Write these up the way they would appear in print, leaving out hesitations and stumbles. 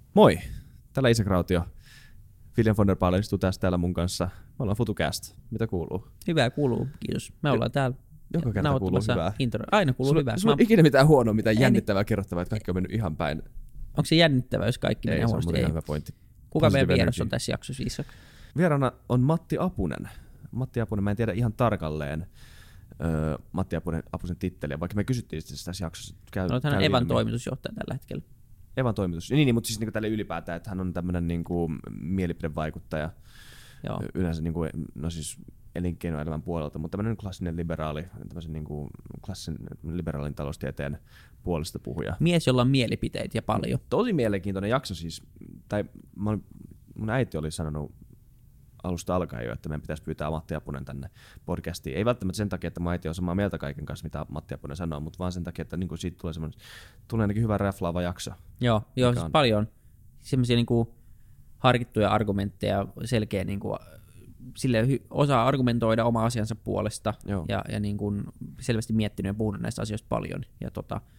Moi, täällä Isaac Rautio. William von der Paalen istuu tässä täällä mun kanssa. Me ollaan FutuCast. Mitä kuuluu? Hyvää kuuluu, kiitos. Me ollaan täällä joka kerta kuuluu hyvää. Intro. Aina kuuluu hyvää. Sulla on ikinä mitään huonoa, mitään jännittävää kerrottavaa, että kaikki on mennyt ihan päin. Onko se jännittävää, jos kaikki menee huonosti? Ei, se on hyvä pointti. Kuka meidän vieras on tässä jaksossa, Isaac? Vieraana on Matti Apunen. Matti Apunen, mä en tiedä ihan tarkalleen Matti Apusen titteliä, vaikka me kysyttiin tässä jaksossa. Olet hän Evan toimitusjohtaja tällä hetkellä. Evan toimitus. Niin, mutta siis niin tälle ylipäätään, että hän on tämmöinen niin mielipidevaikuttaja. Joo. Yleensä niin kuin, no siis elinkeinoelämän puolelta, mutta tämmöinen klassinen liberaali, tämmöisen niin kuin klassinen liberaalin taloustieteen puolesta puhuja. Mies, jolla on mielipiteitä ja paljon. Tosi mielenkiintoinen jakso siis, tai mun äiti oli sanonut alusta alkaen jo, että meidän pitäisi pyytää Matti Apunen tänne podcastiin. Ei välttämättä sen takia, että mun äiti on samaa mieltä kaiken kanssa, mitä Matti Apunen sanoo, mutta vaan sen takia, että niin siitä tulee ainakin hyvä räflaava jakso. Joo siis paljon semmoisia niin harkittuja argumentteja, selkeä niin kuin, sille osaa argumentoida oma asiansa puolesta ja niin kuin selvästi miettinyt ja puhunut näistä asioista paljon. Ja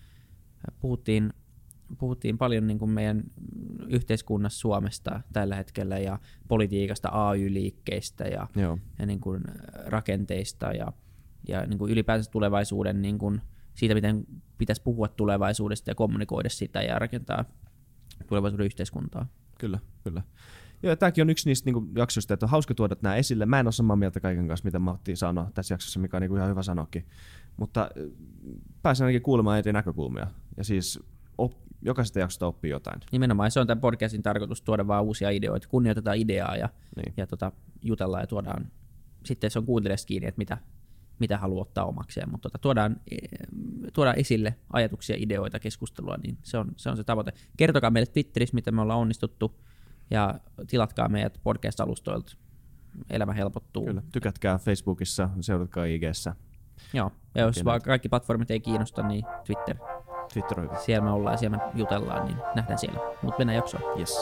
puhuttiin paljon niin kuin meidän yhteiskunnassa Suomesta tällä hetkellä ja politiikasta, AY-liikkeistä ja niin kuin rakenteista ja niin kuin ylipäänsä tulevaisuuden niin kuin siitä, miten pitäisi puhua tulevaisuudesta ja kommunikoida sitä ja rakentaa tulevaisuuden yhteiskuntaa. Kyllä. Joo, tämäkin on yksi niistä niin kuin jaksoista, että on hauska tuoda nämä esille. Mä en ole samaa mieltä kaiken kanssa, mitä Matti sanoi tässä jaksossa, mikä on niin kuin ihan hyvä sanoakin. Mutta pääsen ainakin kuulemaan eri näkökulmia. Ja siis jokaisesta jaksosta oppii jotain. Nimenomaan se on tämän podcastin tarkoitus tuoda vaan uusia ideoita. Kunnioitetaan ideaa ja jutellaan ja tuodaan. Sitten se on kuuntelijasta kiinni, että mitä haluaa ottaa omakseen. Mutta tuodaan esille ajatuksia, ideoita, keskustelua, niin se on se tavoite. Kertokaa meille Twitterissä, miten me ollaan onnistuttu. Ja tilatkaa meidät podcast-alustoilta. Elämä helpottuu. Kyllä. Tykätkää Facebookissa, seuratkaa IG:ssä. Joo, ja jos vaan kaikki platformit ei kiinnosta, niin Twitter on hyvä. Siellä me ollaan ja siellä me jutellaan, niin nähdään siellä. Mutta mennään jaksoon. Yes.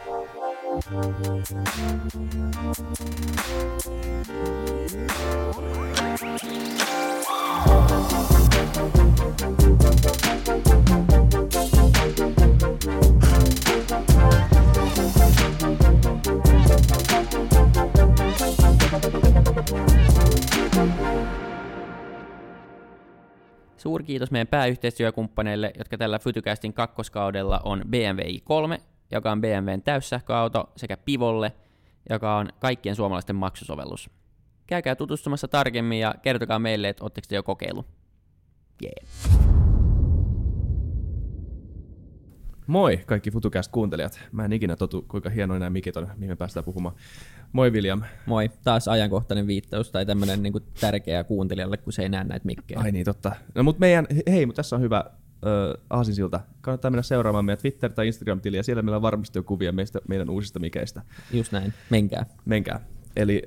Suuri kiitos meidän pääyhteistyökumppaneille, jotka tällä FutuCastin kakkoskaudella on BMW i3, joka on BMWn täyssähköauto, sekä Pivolle, joka on kaikkien suomalaisten maksusovellus. Käykää tutustumassa tarkemmin ja kertokaa meille, että ootteko te jo kokeillut. Moi kaikki FutuCast-kuuntelijat. Mä en ikinä totu, kuinka hienoja nämä mikit on, mihin me päästään puhumaan. Moi William. Moi. Taas ajankohtainen viittaus tai tämmönen niinku tärkeä kuuntelijalle, kun se ei näe näitä mikkejä. Ai niin, totta. No mutta tässä on hyvä aasinsilta. Kannattaa mennä seuraamaan meidän Twitter- tai Instagram-tiliä, ja siellä meillä on varmasti jo kuvia meidän uusista mikeistä. Just näin. Menkää. Eli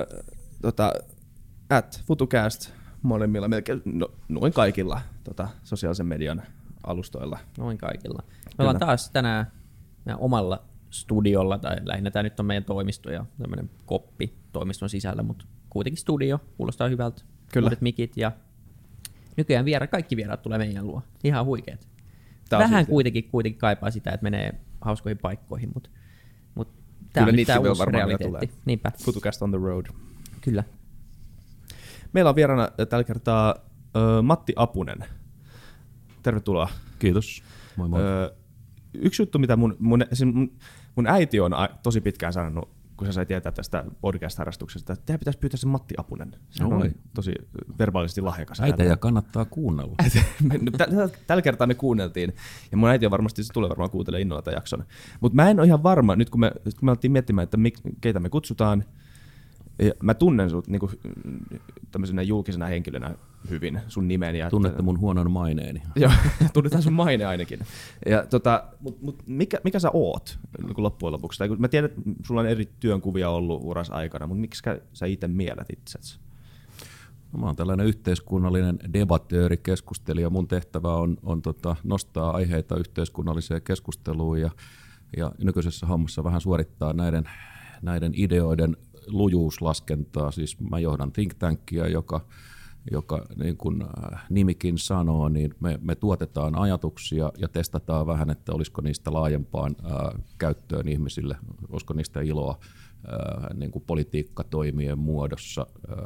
@FutuCast molemmilla, melkein noin kaikilla sosiaalisen median alustoilla. Noin kaikilla. Me ollaan taas tänään meidän omalla studiolla, tai lähinnä tämä nyt on meidän toimisto ja tämmöinen koppi toimiston sisällä, mutta kuitenkin studio, kuulostaa hyvältä. Kyllä. Uudet mikit ja nykyään kaikki vieraat tulee meidän luo. Ihan huikeet. Vähän kuitenkin kaipaa sitä, että menee hauskoihin paikkoihin, mutta tämä on nyt tämä uusi realiteetti. Niinpä. FutuCast on the road. Kyllä. Meillä on vieraana tällä kertaa Matti Apunen. Tervetuloa. Kiitos. Moi moi. Yksi juttu, mitä mun äiti on tosi pitkään sanonut, kun se sai tietää tästä podcast-harrastuksesta, että teidän pitäisi pyytää se Matti Apunen. Se on tosi verbaalisesti lahjakas. Äitejä kannattaa kuunnella. Tällä kertaa me kuunneltiin, ja mun äiti on varmasti, se tulee varmaan kuuntelemaan innolla tämän jakson. Mutta mä en ole ihan varma, nyt kun me alettiin miettimään, että keitä me kutsutaan, ja mä tunnen sut niinku tämmöisenä julkisena henkilönä hyvin, sun nimeni. Tunnette mun huonon maineeni. Joo, tunnetaan sun maine ainakin. Ja mut mikä sä oot niin loppujen lopuksi? Tai mä tiedän, että sulla on eri työnkuvia ollut uras aikana, mutta miksi sä itse mielät itsesi? No, mä oon tällainen yhteiskunnallinen debattööri, keskustelija. Mun tehtävä on nostaa aiheita yhteiskunnalliseen keskusteluun ja nykyisessä hommassa vähän suorittaa näiden ideoiden lujuuslaskentaa. Siis mä johdan think tankia, joka niin kuin nimikin sanoo, niin me tuotetaan ajatuksia ja testataan vähän, että olisiko niistä laajempaan käyttöön ihmisille, olisiko niistä iloa niin kuin politiikkatoimien muodossa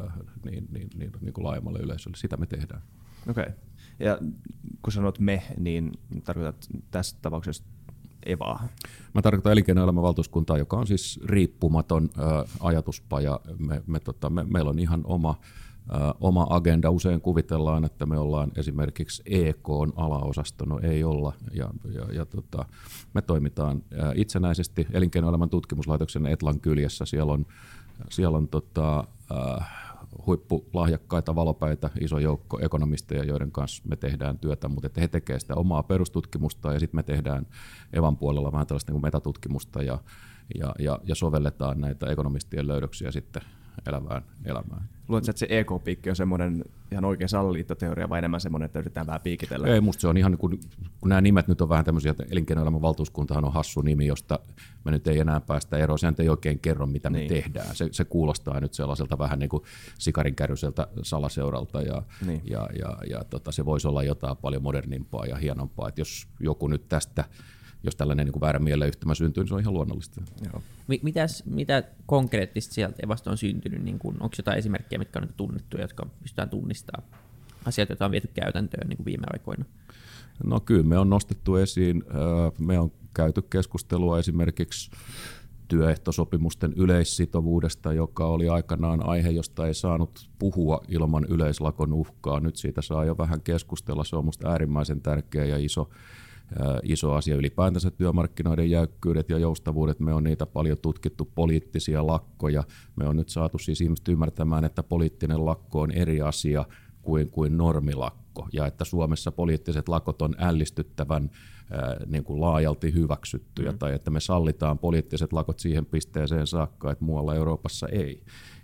niin kuin laajemmalle yleisölle. Sitä me tehdään. Okei. Ja kun sanot me, niin tarkoitat tässä tapauksessa EVAa? Mä tarkoitan elinkeinoelämän valtuuskuntaa, joka on siis riippumaton ajatuspaja. Meillä on ihan oma agenda. Usein kuvitellaan, että me ollaan esimerkiksi EK:n alaosasto. No ei olla. Me toimitaan itsenäisesti elinkeinoelämän tutkimuslaitoksen Etlan kyljessä. Siellä on huippulahjakkaita valopäitä, iso joukko ekonomisteja, joiden kanssa me tehdään työtä, mutta että he tekevät sitä omaa perustutkimusta ja sitten me tehdään EVAn puolella vähän tällaista niin kuin metatutkimusta ja sovelletaan näitä ekonomistien löydöksiä sitten elävään elämään. Luuletko, että se EK-piikki on semmoinen ihan oikea salaliittoteoria vai enemmän semmoinen, että yritetään vähän piikitellä? Ei, musta se on ihan, kun nämä nimet nyt on vähän tämmöisiä, että elinkeinoelämän valtuuskuntahan on hassu nimi, josta me nyt ei enää päästä eroon. Sehän ei oikein kerro, mitä me tehdään. Se kuulostaa nyt sellaiselta vähän niin kuin sikarinkäryseltä salaseuralta ja se voisi olla jotain paljon modernimpaa ja hienompaa. Että jos joku nyt tästä, jos tällainen niin kuin väärä mieleyhtymä syntyy, niin se on ihan luonnollista. Joo. Mitä konkreettisesti sieltä EVAsta on syntynyt? Niin kuin, onko jotain esimerkkejä, mitkä on tunnettuja, jotka pystytään tunnistamaan? Asioita, joita on viety käytäntöön niin kuin viime aikoina? No kyllä, me on nostettu esiin, me on käyty keskustelua esimerkiksi työehtosopimusten yleissitovuudesta, joka oli aikanaan aihe, josta ei saanut puhua ilman yleislakon uhkaa. Nyt siitä saa jo vähän keskustella, se on musta äärimmäisen tärkeä ja iso asia. Ylipäätänsä työmarkkinoiden jäykkyydet ja joustavuudet, me on niitä paljon tutkittu, poliittisia lakkoja. Me on nyt saatu siis ihmiset ymmärtämään, että poliittinen lakko on eri asia kuin normilakko, ja että Suomessa poliittiset lakot on ällistyttävän niin kuin laajalti hyväksyttyjä, tai että me sallitaan poliittiset lakot siihen pisteeseen saakka, että muualla Euroopassa ei.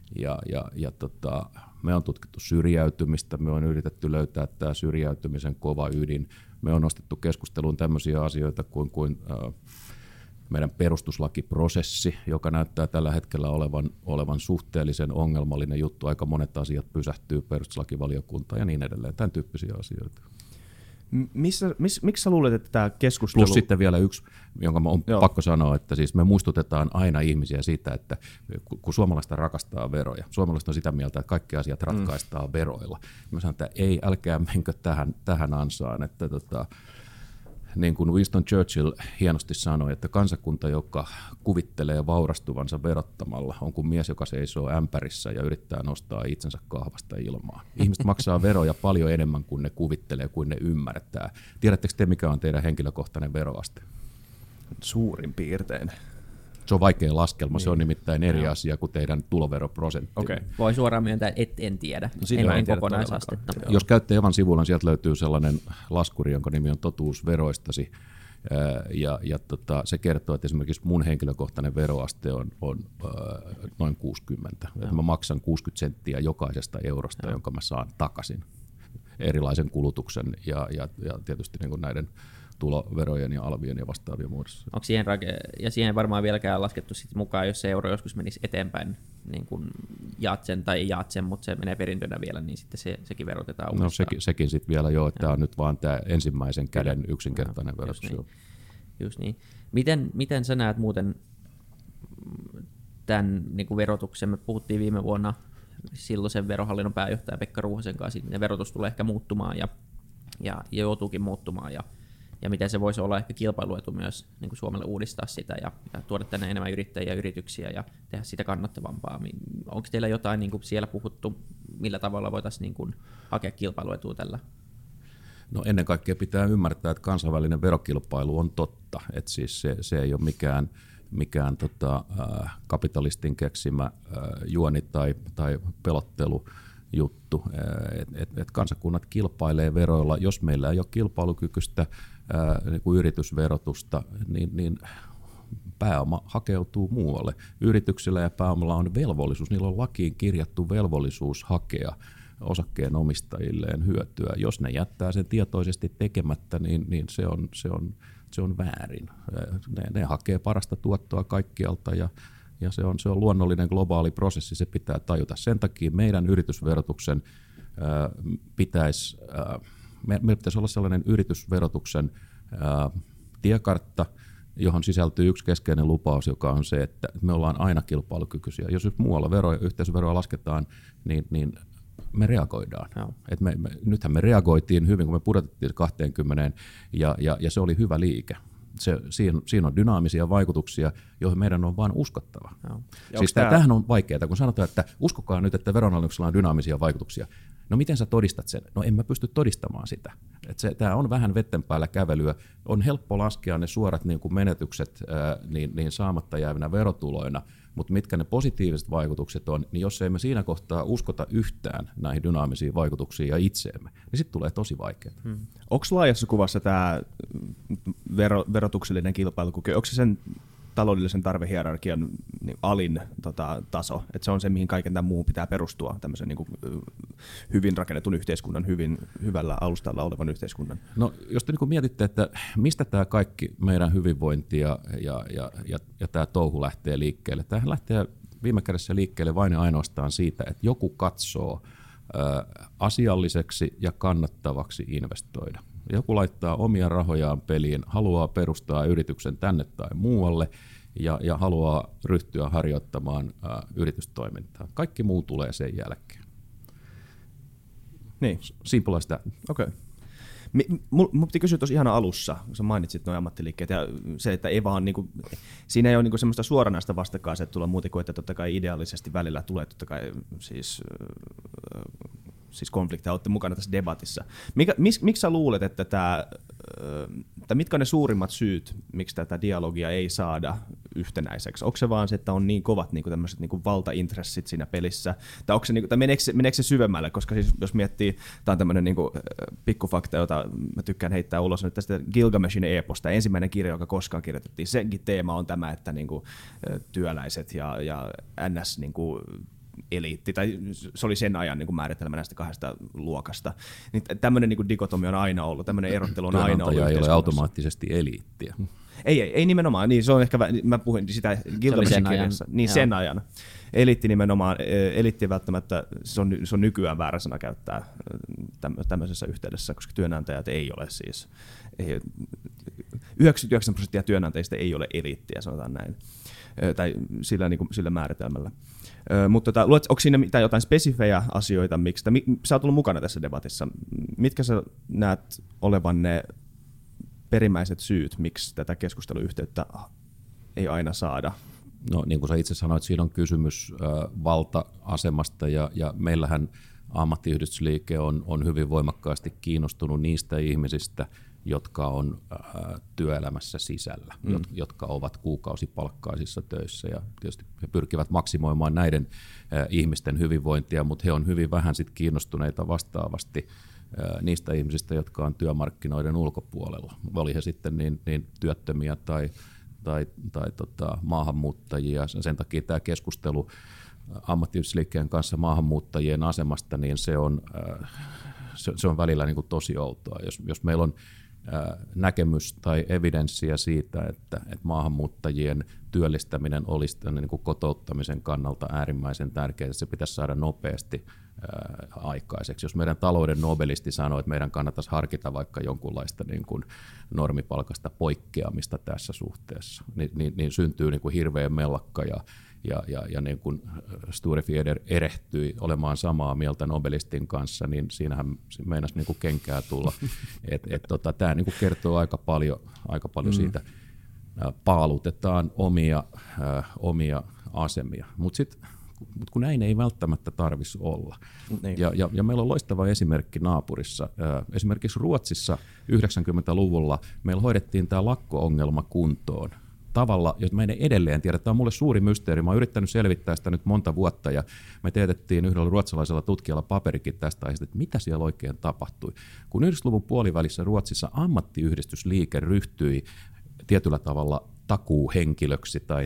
Me on tutkittu syrjäytymistä, me on yritetty löytää tämä syrjäytymisen kova ydin, me on nostettu keskusteluun tämmöisiä asioita kuin meidän perustuslakiprosessi, joka näyttää tällä hetkellä olevan suhteellisen ongelmallinen juttu. Aika monet asiat pysähtyy perustuslakivaliokuntaan ja niin edelleen. Tämän tyyppisiä asioita. Miksi sä luulet, että tämä keskustelu... Plus sitten vielä yksi, jonka on pakko sanoa, että siis me muistutetaan aina ihmisiä siitä, että kun suomalaista rakastaa veroja, suomalaiset on sitä mieltä, että kaikki asiat ratkaistaan veroilla. Mä sanon, että ei, älkää menkö tähän ansaan, että niin kuin Winston Churchill hienosti sanoi, että kansakunta, joka kuvittelee vaurastuvansa verottamalla, on kuin mies, joka seisoo ämpärissä ja yrittää nostaa itsensä kahvasta ilmaan. Ihmiset maksaa veroja paljon enemmän kuin ne kuvittelee, kuin ne ymmärtää. Tiedättekö te, mikä on teidän henkilökohtainen veroaste? Suurin piirtein. Se on vaikea laskelma, se on nimittäin eri asia kuin teidän tuloveroprosentti. Okay. Voi suoraan myöntää, että en tiedä. En kokonaisastetta. Jos käytte Evan sivuilla, niin sieltä löytyy sellainen laskuri, jonka nimi on Totuus veroistasi. Se kertoo, että esimerkiksi mun henkilökohtainen veroaste on noin 60. Mä maksan 60 senttiä jokaisesta eurosta, jonka mä saan takaisin. Erilaisen kulutuksen ja tietysti niin kuin näiden tuloverojen ja alvien ja vastaavien muodossa. Onko siihen varmaan vieläkään laskettu sit mukaan, jos se euro joskus menisi eteenpäin, niin kuin jatsen tai ei jatsen, mutta se menee perintönä vielä, niin sitten sekin verotetaan uudestaan. No sekin sitten vielä että tämä on nyt vaan tämä ensimmäisen käden yksinkertainen verotus. Just niin. Miten sä näet muuten tämän niin kuin verotuksen? Me puhuttiin viime vuonna silloisen verohallinnon pääjohtaja Pekka Ruuhosen kanssa, että verotus tulee ehkä muuttumaan ja joutuukin muuttumaan ja miten se voisi olla ehkä kilpailuetu myös niin kuin Suomelle uudistaa sitä ja tuoda tänne enemmän yrittäjiä ja yrityksiä ja tehdä sitä kannattavampaa. Onko teillä jotain niin kuin siellä puhuttu, millä tavalla voitaisiin niin kuin hakea kilpailuetua tällä? No ennen kaikkea pitää ymmärtää, että kansainvälinen verokilpailu on totta. Että siis se ei ole mikään kapitalistin keksimä juoni tai pelottelujuttu. Et kansakunnat kilpailee veroilla. Jos meillä ei ole kilpailukykyistä niin kuin yritysverotusta, niin pääoma hakeutuu muualle. Yrityksillä ja pääomalla on velvollisuus, niillä on lakiin kirjattu velvollisuus hakea osakkeenomistajilleen hyötyä. Jos ne jättää sen tietoisesti tekemättä, niin se on väärin. Ne hakee parasta tuottoa kaikkialta ja se on luonnollinen globaali prosessi, se pitää tajuta. Sen takia meidän yritysverotuksen meillä pitäisi olla sellainen yritysverotuksen tiekartta, johon sisältyy yksi keskeinen lupaus, joka on se, että me ollaan aina kilpailukykyisiä. Jos muualla yhteisöveroa lasketaan, niin me reagoidaan. Nythän me reagoitiin hyvin, kun me pudotettiin 20 ja se oli hyvä liike. Siinä on dynaamisia vaikutuksia, joihin meidän on vain uskottava. Siis tämähän on vaikeaa, kun sanotaan, että uskokaa nyt, että veronalennuksella on dynaamisia vaikutuksia. No miten sä todistat sen? No en mä pysty todistamaan sitä. Tämä on vähän vetten päällä kävelyä. On helppo laskea ne suorat niin kuin menetykset niin saamatta jäävinä verotuloina, mutta mitkä ne positiiviset vaikutukset on, niin jos emme siinä kohtaa uskota yhtään näihin dynaamisiin vaikutuksiin ja itseemme, niin sitten tulee tosi vaikeaa. Onko laajassa kuvassa tämä verotuksellinen kilpailukyky, onko se sen taloudellisen tarvehierarkian alin taso, että se on se, mihin kaiken tämän muun pitää perustua, tämmöisen niin kuin hyvin rakennetun yhteiskunnan, hyvällä alustalla olevan yhteiskunnan? No, jos te niin mietitte, että mistä tämä kaikki meidän hyvinvointi ja tämä touhu lähtee liikkeelle, tämähän lähtee viime kädessä liikkeelle vain ja ainoastaan siitä, että joku katsoo asialliseksi ja kannattavaksi investoida. Joku laittaa omia rahojaan peliin, haluaa perustaa yrityksen tänne tai muualle ja haluaa ryhtyä harjoittamaan yritystoimintaa. Kaikki muu tulee sen jälkeen. Niin. Simple as that. Okei. Mun piti kysyä tuossa ihan alussa, kun sä mainitsit nuo ammattiliikkeet, ja se, että ei vaan, niinku, siinä ei ole niinku semmoista suoranaista vastakkainasettelua muuta kuin, että totta kai ideaalisesti välillä tulee totta kai siis konflikteja, olette mukana tässä debatissa. Miksi sä luulet, että mitkä on ne suurimmat syyt, miksi tätä dialogia ei saada yhtenäiseksi? Onko se vaan se, että on niin kovat niin tämmöiset niin valtaintressit siinä pelissä? Tai, meneekö se syvemmälle? Koska siis, jos miettii, tämä on tämmöinen niin pikkufakta, jota mä tykkään heittää ulos, että tästä Gilgameshin eposta, ensimmäinen kirja, joka koskaan kirjoitettiin, senkin teema on tämä, että niin kuin, työläiset ja NS niin kuin, eliitti, tai se oli sen ajan niin määritelmä näistä kahdesta luokasta. Niin tämmöinen niin dikotomi on aina ollut, tämmöinen erottelu on aina ollut. Ei ole automaattisesti eliittiä. Ei nimenomaan, niin se on ehkä, mä puhuin sitä Gilgameshin kirjassa, niin sen ajan. Eliitti nimenomaan, eliitti välttämättä, se on nykyään väärä sana käyttää tämmöisessä yhteydessä, koska työnantajat ei ole siis, 99% työnantajista ei ole eliittiä, sanotaan näin, tai sillä määritelmällä. Mutta onko siinä mitään jotain spesifejä asioita, miksi sä oot ollut mukana tässä debatissa, mitkä sä näet olevan ne perimmäiset syyt, miksi tätä keskusteluyhteyttä ei aina saada? No niin kuin sä itse sanoit, siinä on kysymys valta-asemasta ja meillähän ammattiyhdistysliike on hyvin voimakkaasti kiinnostunut niistä ihmisistä, jotka on työelämässä sisällä, jotka ovat kuukausipalkkaisissa töissä ja tietysti he pyrkivät maksimoimaan näiden ihmisten hyvinvointia, mutta he on hyvin vähän sit kiinnostuneita vastaavasti niistä ihmisistä, jotka on työmarkkinoiden ulkopuolella. Oli he sitten niin työttömiä tai maahanmuuttajia. Sen takia tämä keskustelu ammattiyhdistysliikkeen kanssa maahanmuuttajien asemasta, niin se on välillä niin kuin tosi outoa. Jos meillä on näkemys tai evidenssiä siitä, että maahanmuuttajien työllistäminen olisi niin kuin kotouttamisen kannalta äärimmäisen tärkeää, se pitäisi saada nopeasti aikaiseksi. Jos meidän talouden nobelisti sanoo, että meidän kannattaisi harkita vaikka jonkunlaista niin kuin normipalkasta poikkeamista tässä suhteessa, niin syntyy niin kuin hirveä mellakka ja niin kuin Stureffi erehtyi olemaan samaa mieltä Nobelistin kanssa, niin siinähän meinasi niin kuin kenkää tulla. Tämä niin kuin kertoo aika paljon siitä. Paalutetaan omia asemia, mutta kun näin ei välttämättä tarvitsisi olla. Niin. Ja meillä on loistava esimerkki naapurissa. Esimerkiksi Ruotsissa 90-luvulla meillä hoidettiin tämä lakko-ongelma kuntoon tavalla, jota me ei edelleen tiedä. Tämä on mulle suuri mysteeri. Mä oon yrittänyt selvittää sitä nyt monta vuotta ja me teetettiin yhdellä ruotsalaisella tutkijalla paperikin tästä aiheesta, että mitä siellä oikein tapahtui. Kun 90-luvun puolivälissä Ruotsissa ammattiyhdistysliike ryhtyi tietyllä tavalla takuuhenkilöksi tai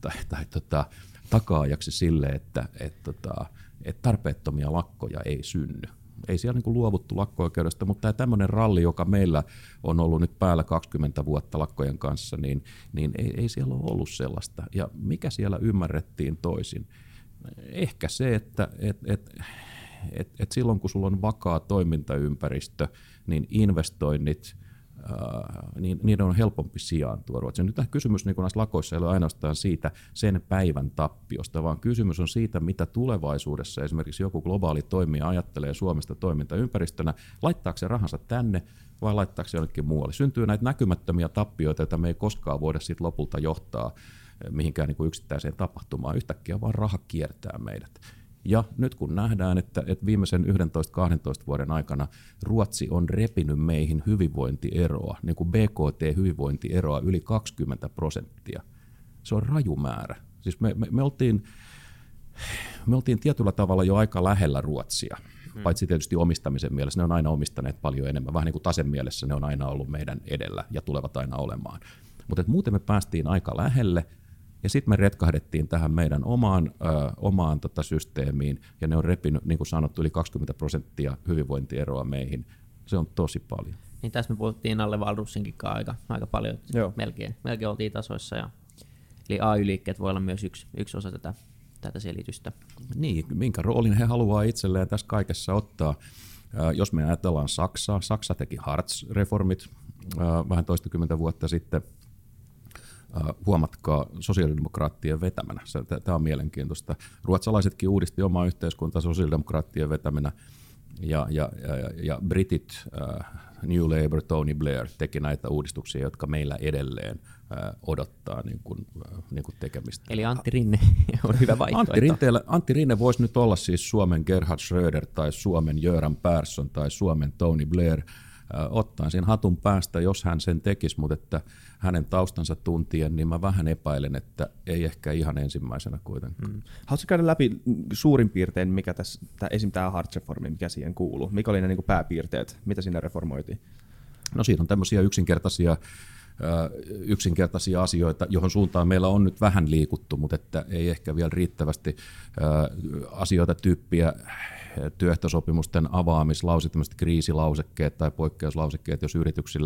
takaajaksi sille, että tarpeettomia lakkoja ei synny. Ei siellä niin kuin luovuttu lakko-oikeudesta, mutta tämä tämmöinen ralli, joka meillä on ollut nyt päällä 20 vuotta lakkojen kanssa, niin ei siellä ole ollut sellaista. Ja mikä siellä ymmärrettiin toisin? Ehkä se, että et silloin kun sulla on vakaa toimintaympäristö, niin investoinnit, niiden on helpompi sijaantua Ruotsiin. Nyt kysymys niin näissä lakoissa ei ole ainoastaan siitä sen päivän tappiosta, vaan kysymys on siitä, mitä tulevaisuudessa esimerkiksi joku globaali toimija ajattelee Suomesta toimintaympäristönä, laittaako se rahansa tänne vai laittaako se jonnekin muualle. Syntyy näitä näkymättömiä tappioita, joita me ei koskaan voida sit lopulta johtaa mihinkään niin kuin yksittäiseen tapahtumaan. Yhtäkkiä vaan raha kiertää meidät. Ja nyt kun nähdään, että viimeisen 11-12 vuoden aikana Ruotsi on repinyt meihin hyvinvointieroa, niin kuin BKT-hyvinvointieroa yli 20%. Se on raju määrä. Siis me oltiin tietyllä tavalla jo aika lähellä Ruotsia, paitsi tietysti omistamisen mielessä. Ne on aina omistaneet paljon enemmän. Vähän niin kuin tasemielessä ne on aina ollut meidän edellä ja tulevat aina olemaan. Mutta muuten me päästiin aika lähelle. Ja sitten me retkahdettiin tähän meidän omaan systeemiin, ja ne on repinyt, niin kuin sanottu, yli 20% hyvinvointieroa meihin. Se on tosi paljon. Niin tässä me puhuttiin alle Valrussinkin aika paljon, melkein oltiin tasoissa. Eli AY-liikkeet voi olla myös yksi osa tätä selitystä. Niin, minkä roolin he haluaa itselleen tässä kaikessa ottaa. Jos me ajatellaan Saksaa, Saksa teki Hartz-reformit vähän toistakymmentä vuotta sitten. Huomatkaa sosiaalidemokraattien vetämänä. Tämä on mielenkiintoista. Ruotsalaisetkin uudisti omaa yhteiskuntaa sosiaalidemokraattien vetämänä, ja britit, New Labour, Tony Blair teki näitä uudistuksia, jotka meillä edelleen odottaa niin kuin tekemistä. Eli Antti Rinne on hyvä vaihtoehto. Antti Rinne voisi nyt olla siis Suomen Gerhard Schröder tai Suomen Göran Persson tai Suomen Tony Blair. Ottaa sen hatun päästä, jos hän sen tekisi, mutta että hänen taustansa tuntien, niin mä vähän epäilen, että ei ehkä ihan ensimmäisenä kuitenkaan. Haluatko käydä läpi suurin piirtein, mikä esimerkiksi tämä Hartz-reformi, mikä siihen kuuluu? Mikä oli ne niin kuin pääpiirteet, mitä siinä reformoitiin? No siinä on tämmöisiä yksinkertaisia asioita, johon suuntaan meillä on nyt vähän liikuttu, mutta että ei ehkä vielä riittävästi asioita tyyppiä työehtosopimusten avaamislausekkeet, tämmöiset kriisilausekkeet tai poikkeuslausekkeet, jos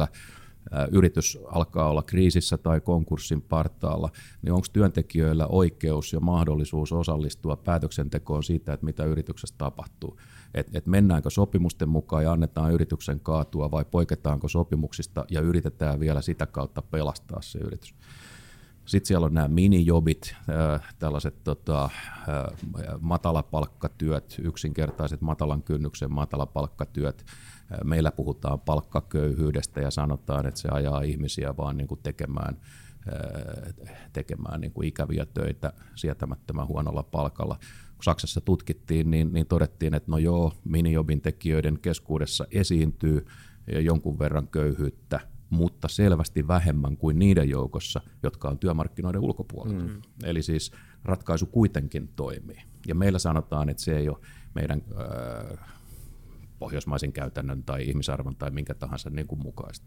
yritys alkaa olla kriisissä tai konkurssin partaalla, niin onko työntekijöillä oikeus ja mahdollisuus osallistua päätöksentekoon siitä, että mitä yrityksessä tapahtuu. Et mennäänkö sopimusten mukaan ja annetaan yrityksen kaatua vai poiketaanko sopimuksista ja yritetään vielä sitä kautta pelastaa se yritys. Sitten siellä on nämä minijobit, tällaiset matalapalkkatyöt, yksinkertaiset matalan kynnyksen matalapalkkatyöt. Meillä puhutaan palkkaköyhyydestä ja sanotaan, että se ajaa ihmisiä vaan niin kuin tekemään niin kuin ikäviä töitä sietämättömän huonolla palkalla. Kun Saksassa tutkittiin, niin todettiin, että no joo, minijobin tekijöiden keskuudessa esiintyy jonkun verran köyhyyttä, mutta selvästi vähemmän kuin niiden joukossa, jotka on työmarkkinoiden ulkopuolella. Eli siis ratkaisu kuitenkin toimii. Ja meillä sanotaan, että se ei ole meidän pohjoismaisen käytännön tai ihmisarvon tai minkä tahansa niin kuin mukaista.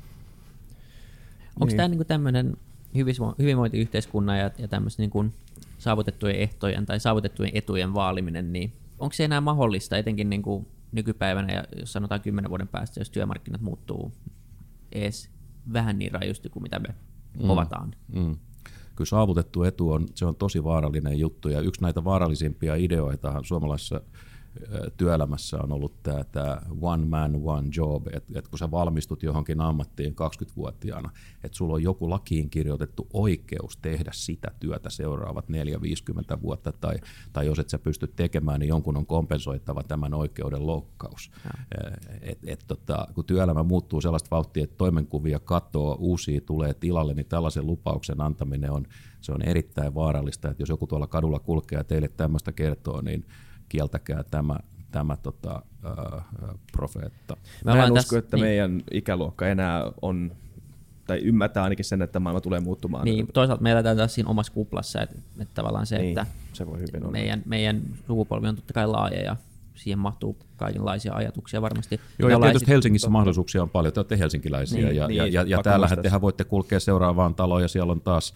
Onko tämä niin tämmöinen hyvinvointiyhteiskunnan ja tämmöisen niin kuin saavutettujen ehtojen tai saavutettujen etujen vaaliminen, niin onko se enää mahdollista etenkin niin kuin nykypäivänä ja jos sanotaan 10 vuoden päästä, jos työmarkkinat muuttuu edes vähän niin rajusti kuin mitä me povataan? Kyllä saavutettu etu on tosi vaarallinen juttu, ja yksi näitä vaarallisimpia ideoita suomalaisessa työelämässä on ollut tämä one man, one job, että kun sä valmistut johonkin ammattiin 20-vuotiaana, että sulla on joku lakiin kirjoitettu oikeus tehdä sitä työtä seuraavat 4-50 vuotta, tai jos et sä pysty tekemään, niin jonkun on kompensoittava tämän oikeuden loukkaus. Kun työelämä muuttuu sellaista vauhtia, että toimenkuvia katoaa, uusia tulee tilalle, niin tällaisen lupauksen antaminen on erittäin vaarallista, että jos joku tuolla kadulla kulkee ja teille tämmöistä kertoo, niin kieltäkää tämä profeetta. Mä en usko, että meidän ikäluokka enää on, tai ymmärtää ainakin sen, että maailma tulee muuttumaan. Niin, toisaalta me eletään taas siinä omassa kuplassa, että tavallaan se, niin, että se voi hyvin olla. Meidän sukupolvi on totta kai laaja ja siihen mahtuu kaikenlaisia ajatuksia varmasti. Joo, ja tietysti Helsingissä mahdollisuuksia on paljon. Te olette helsinkiläisiä, ja täällähän tehän voitte kulkea seuraavaan taloon, ja siellä on taas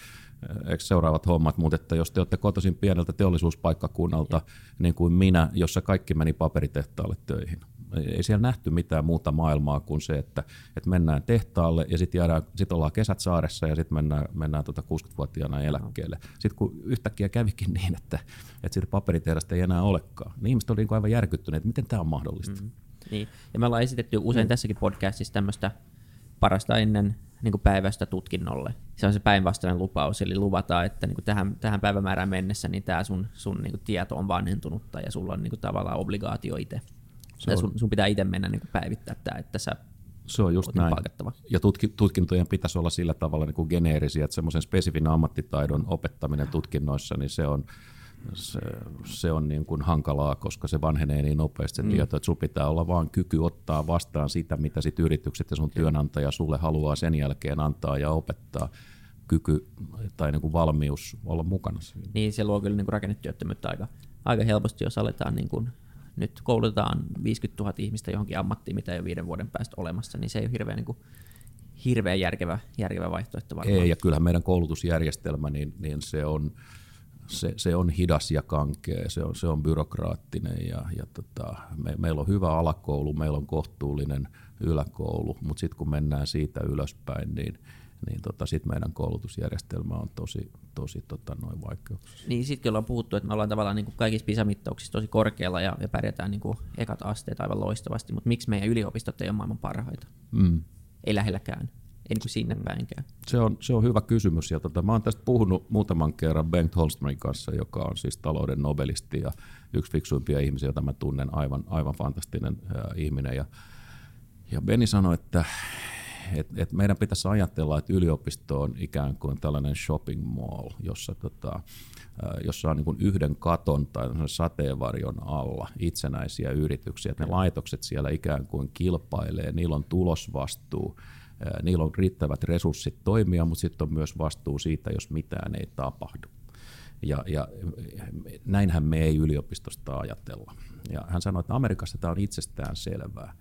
seuraavat hommat, mutta että jos te olette kotoisin pieneltä teollisuuspaikkakunnalta, niin kuin minä, jossa kaikki meni paperitehtaalle töihin. Ei siellä nähty mitään muuta maailmaa kuin se, että mennään tehtaalle ja sitten ollaan kesät saaressa ja sitten mennään 60-vuotiaana eläkkeelle. Sitten kun yhtäkkiä kävikin niin, että sitä paperitehdasta ei enää olekaan, niin ihmiset oli aivan järkyttyneet, että miten tämä on mahdollista. Mm-hmm. Niin. Ja me ollaan esitetty usein tässäkin podcastissa tämmöistä parasta ennen niin kuin päivästä tutkinnolle. Se on se päinvastainen lupaus, eli luvataan, että niin kuin tähän päivämäärään mennessä niin tämä sun niin kuin tieto on vanhentunutta ja sulla on niin kuin tavallaan obligaatio itse. Sun pitää itse mennä niin kuin päivittää tämä, että sä se on just näin. Palkattava. Ja tutkintojen pitäisi olla sillä tavalla niin kuin geneerisiä, että semmoisen spesifin ammattitaidon opettaminen tutkinnoissa, niin se on niin kuin hankalaa, koska se vanhenee niin nopeasti se tieto, että sun pitää olla vaan kyky ottaa vastaan sitä, mitä sit yritykset ja sun työnantaja sulle haluaa sen jälkeen antaa ja opettaa, kyky tai niin kuin valmius olla mukana siinä. Niin, se luo kyllä niin kuin rakennetyöttömyyttä aika helposti, jos aletaan niin kuin, nyt koulutetaan 50 000 ihmistä johonkin ammattiin, mitä ei ole 5 vuoden päästä olemassa, niin se ei ole hirveän järkevä vaihtoehto varmaan. Ei, ja kyllähän meidän koulutusjärjestelmä, niin se on hidas ja kankea, se on byrokraattinen ja meillä on hyvä alakoulu, meillä on kohtuullinen yläkoulu, mutta sitten kun mennään siitä ylöspäin, niin sitten meidän koulutusjärjestelmä on tosi noin vaikeuksissa. Niin sitten ollaan puhuttu, että me ollaan tavallaan niin kuin kaikissa PISA-mittauksissa tosi korkealla ja pärjätään niin kuin ekat asteet aivan loistavasti, mutta miksi meidän yliopistot ei ole maailman parhaita? Ei lähelläkään. Ei niin kuin sinne päinkään. Se on hyvä kysymys. Ja mä oon tästä puhunut muutaman kerran Bengt Holmströmin kanssa, joka on siis talouden nobelisti ja yksi fiksuimpia ihmisiä, jota mä tunnen, aivan fantastinen ihminen. Ja Benni sanoi, että meidän pitäisi ajatella, että yliopisto on ikään kuin tällainen shopping mall, jossa on niin kuin yhden katon tai sateenvarjon alla itsenäisiä yrityksiä. Että ne laitokset siellä ikään kuin kilpailee, niillä on tulosvastuu, niillä on riittävät resurssit toimia, mutta sitten on myös vastuu siitä, jos mitään ei tapahdu. Ja näinhän me ei yliopistosta ajatella. Ja hän sanoi, että Amerikassa tämä on itsestään selvää.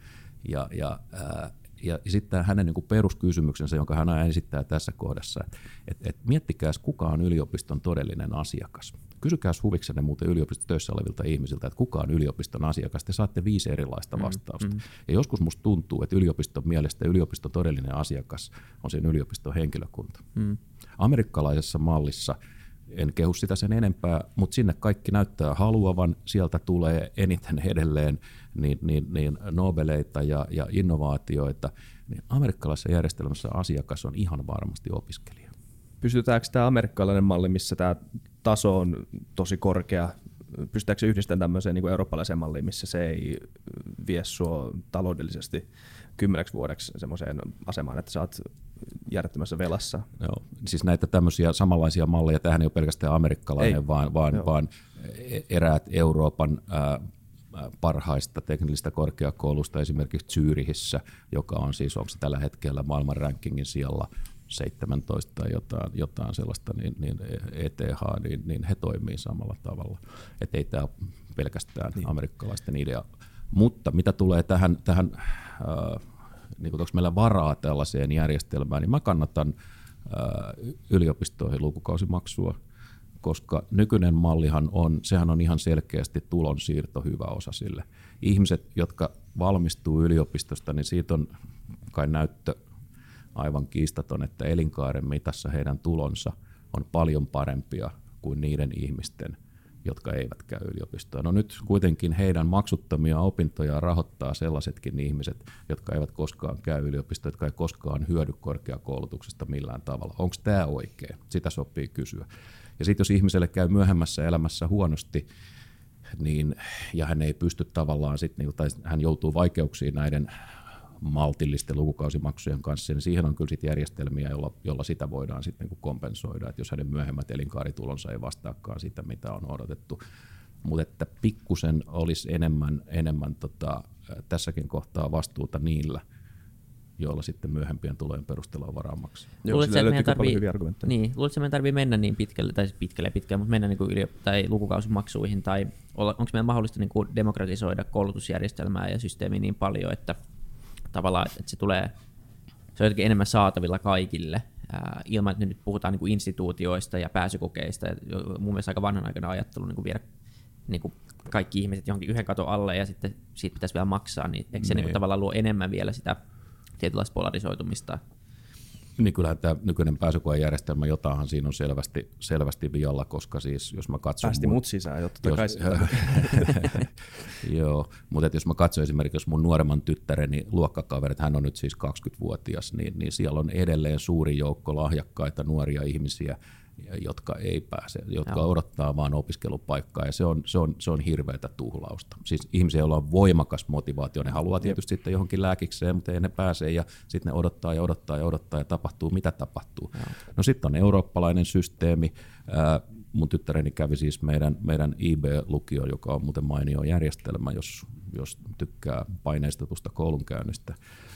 Ja sitten hänen niin kuin peruskysymyksensä, jonka hän aina esittää tässä kohdassa, että miettikääs, kuka on yliopiston todellinen asiakas. Kysykääs huviksenne muuten yliopistotöissä olevilta ihmisiltä, että kuka on yliopiston asiakas. Te saatte 5 erilaista vastausta. Ja joskus musta tuntuu, että yliopiston mielestä yliopiston todellinen asiakas on sen yliopiston henkilökunta. Amerikkalaisessa mallissa, en kehu sitä sen enempää, mutta sinne kaikki näyttää haluavan, sieltä tulee eniten edelleen niin nobeleita ja innovaatioita, niin amerikkalaisessa järjestelmässä asiakas on ihan varmasti opiskelija. Pystytäänkö tämä amerikkalainen malli, missä tämä taso on tosi korkea, pystytäänkö se yhdistämään tämmöiseen niin kuin eurooppalaiseen malliin, missä se ei vie sua taloudellisesti 10 vuodeksi semmoiseen asemaan, että sä oot järjettömässä velassa? Joo, siis näitä tämmöisiä samanlaisia malleja, tämähän ei ole pelkästään amerikkalainen, vaan eräät Euroopan parhaista teknillisistä korkeakoulusta, esimerkiksi Zürichissä, joka on siis, onko se tällä hetkellä maailman rankingin sijalla 17 tai jotain sellaista, niin ETH, niin he toimii samalla tavalla. Että ei tämä ole pelkästään amerikkalaisten idea. Mutta mitä tulee tähän niin onko meillä varaa tällaiseen järjestelmään, niin mä kannatan yliopistoihin lukukausimaksua, koska nykyinen mallihan sehän on ihan selkeästi tulonsiirto hyvä osa sille. Ihmiset, jotka valmistuu yliopistosta, niin siitä on kai näyttö aivan kiistaton, että elinkaaren mitassa heidän tulonsa on paljon parempia kuin niiden ihmisten, jotka eivät käy yliopistoon. No nyt kuitenkin heidän maksuttomia opintoja rahoittaa sellaisetkin ihmiset, jotka eivät koskaan käy yliopistoon, jotka ei koskaan hyödy korkeakoulutuksesta millään tavalla. Onko tämä oikein? Sitä sopii kysyä. Ja sitten jos ihmiselle käy myöhemmässä elämässä huonosti, ja hän ei pysty tavallaan, tai hän joutuu vaikeuksiin näiden maltillisten lukukausimaksujen kanssa, niin siihen on kyllä sit järjestelmiä, jolla sitä voidaan sitten niinku kompensoida, että jos hänen myöhemmät elinkaaritulonsa ei vastaakaan sitä, mitä on odotettu. Mutta että pikkusen olisi enemmän tässäkin kohtaa vastuuta niillä, joilla sitten myöhempien tulojen perusteella on varaa maksaa. Luuletko, että meidän tarvitsee mennä niin pitkälle, mutta mennä niin tai lukukausimaksuihin, tai onko meidän mahdollista niin kuin demokratisoida koulutusjärjestelmää ja systeemiä niin paljon, että tavallaan, että se on jotenkin enemmän saatavilla kaikille, ilman, että nyt puhutaan niin kuin instituutioista ja pääsykokeista. Ja mun mielestä aika vanhanaikainen ajattelu niin kuin viedä niin kuin kaikki ihmiset johonkin yhden katon alle ja sitten siitä pitäisi vielä maksaa, niin eikö se niin kuin tavallaan luo enemmän vielä sitä tietynlaista polarisoitumista? Niin kyllähän tämä nykyinen pääsykoejärjestelmä, jotainhan siinä on selvästi vialla, koska siis jos mä katson... Päästi mut sisään, jotta takaisin. Joo, mutta jos mä katson esimerkiksi mun nuoremman tyttäreni luokkakaverit, hän on nyt siis 20-vuotias, niin siellä on edelleen suuri joukko lahjakkaita nuoria ihmisiä, jotka ei pääse, jotka odottaa vaan opiskelupaikkaa, ja se on hirveätä tuhlausta. Siis ihmisiä, joilla on voimakas motivaatio, ne haluaa tietysti sitten johonkin lääkikseen, mutta ei ne pääse, ja sitten ne odottaa ja tapahtuu mitä tapahtuu. No sitten on eurooppalainen systeemi. Mun tyttäreni kävi siis meidän IB-lukio, joka on muuten mainio järjestelmä, jos tykkää paineistetusta koulunkäynnistä,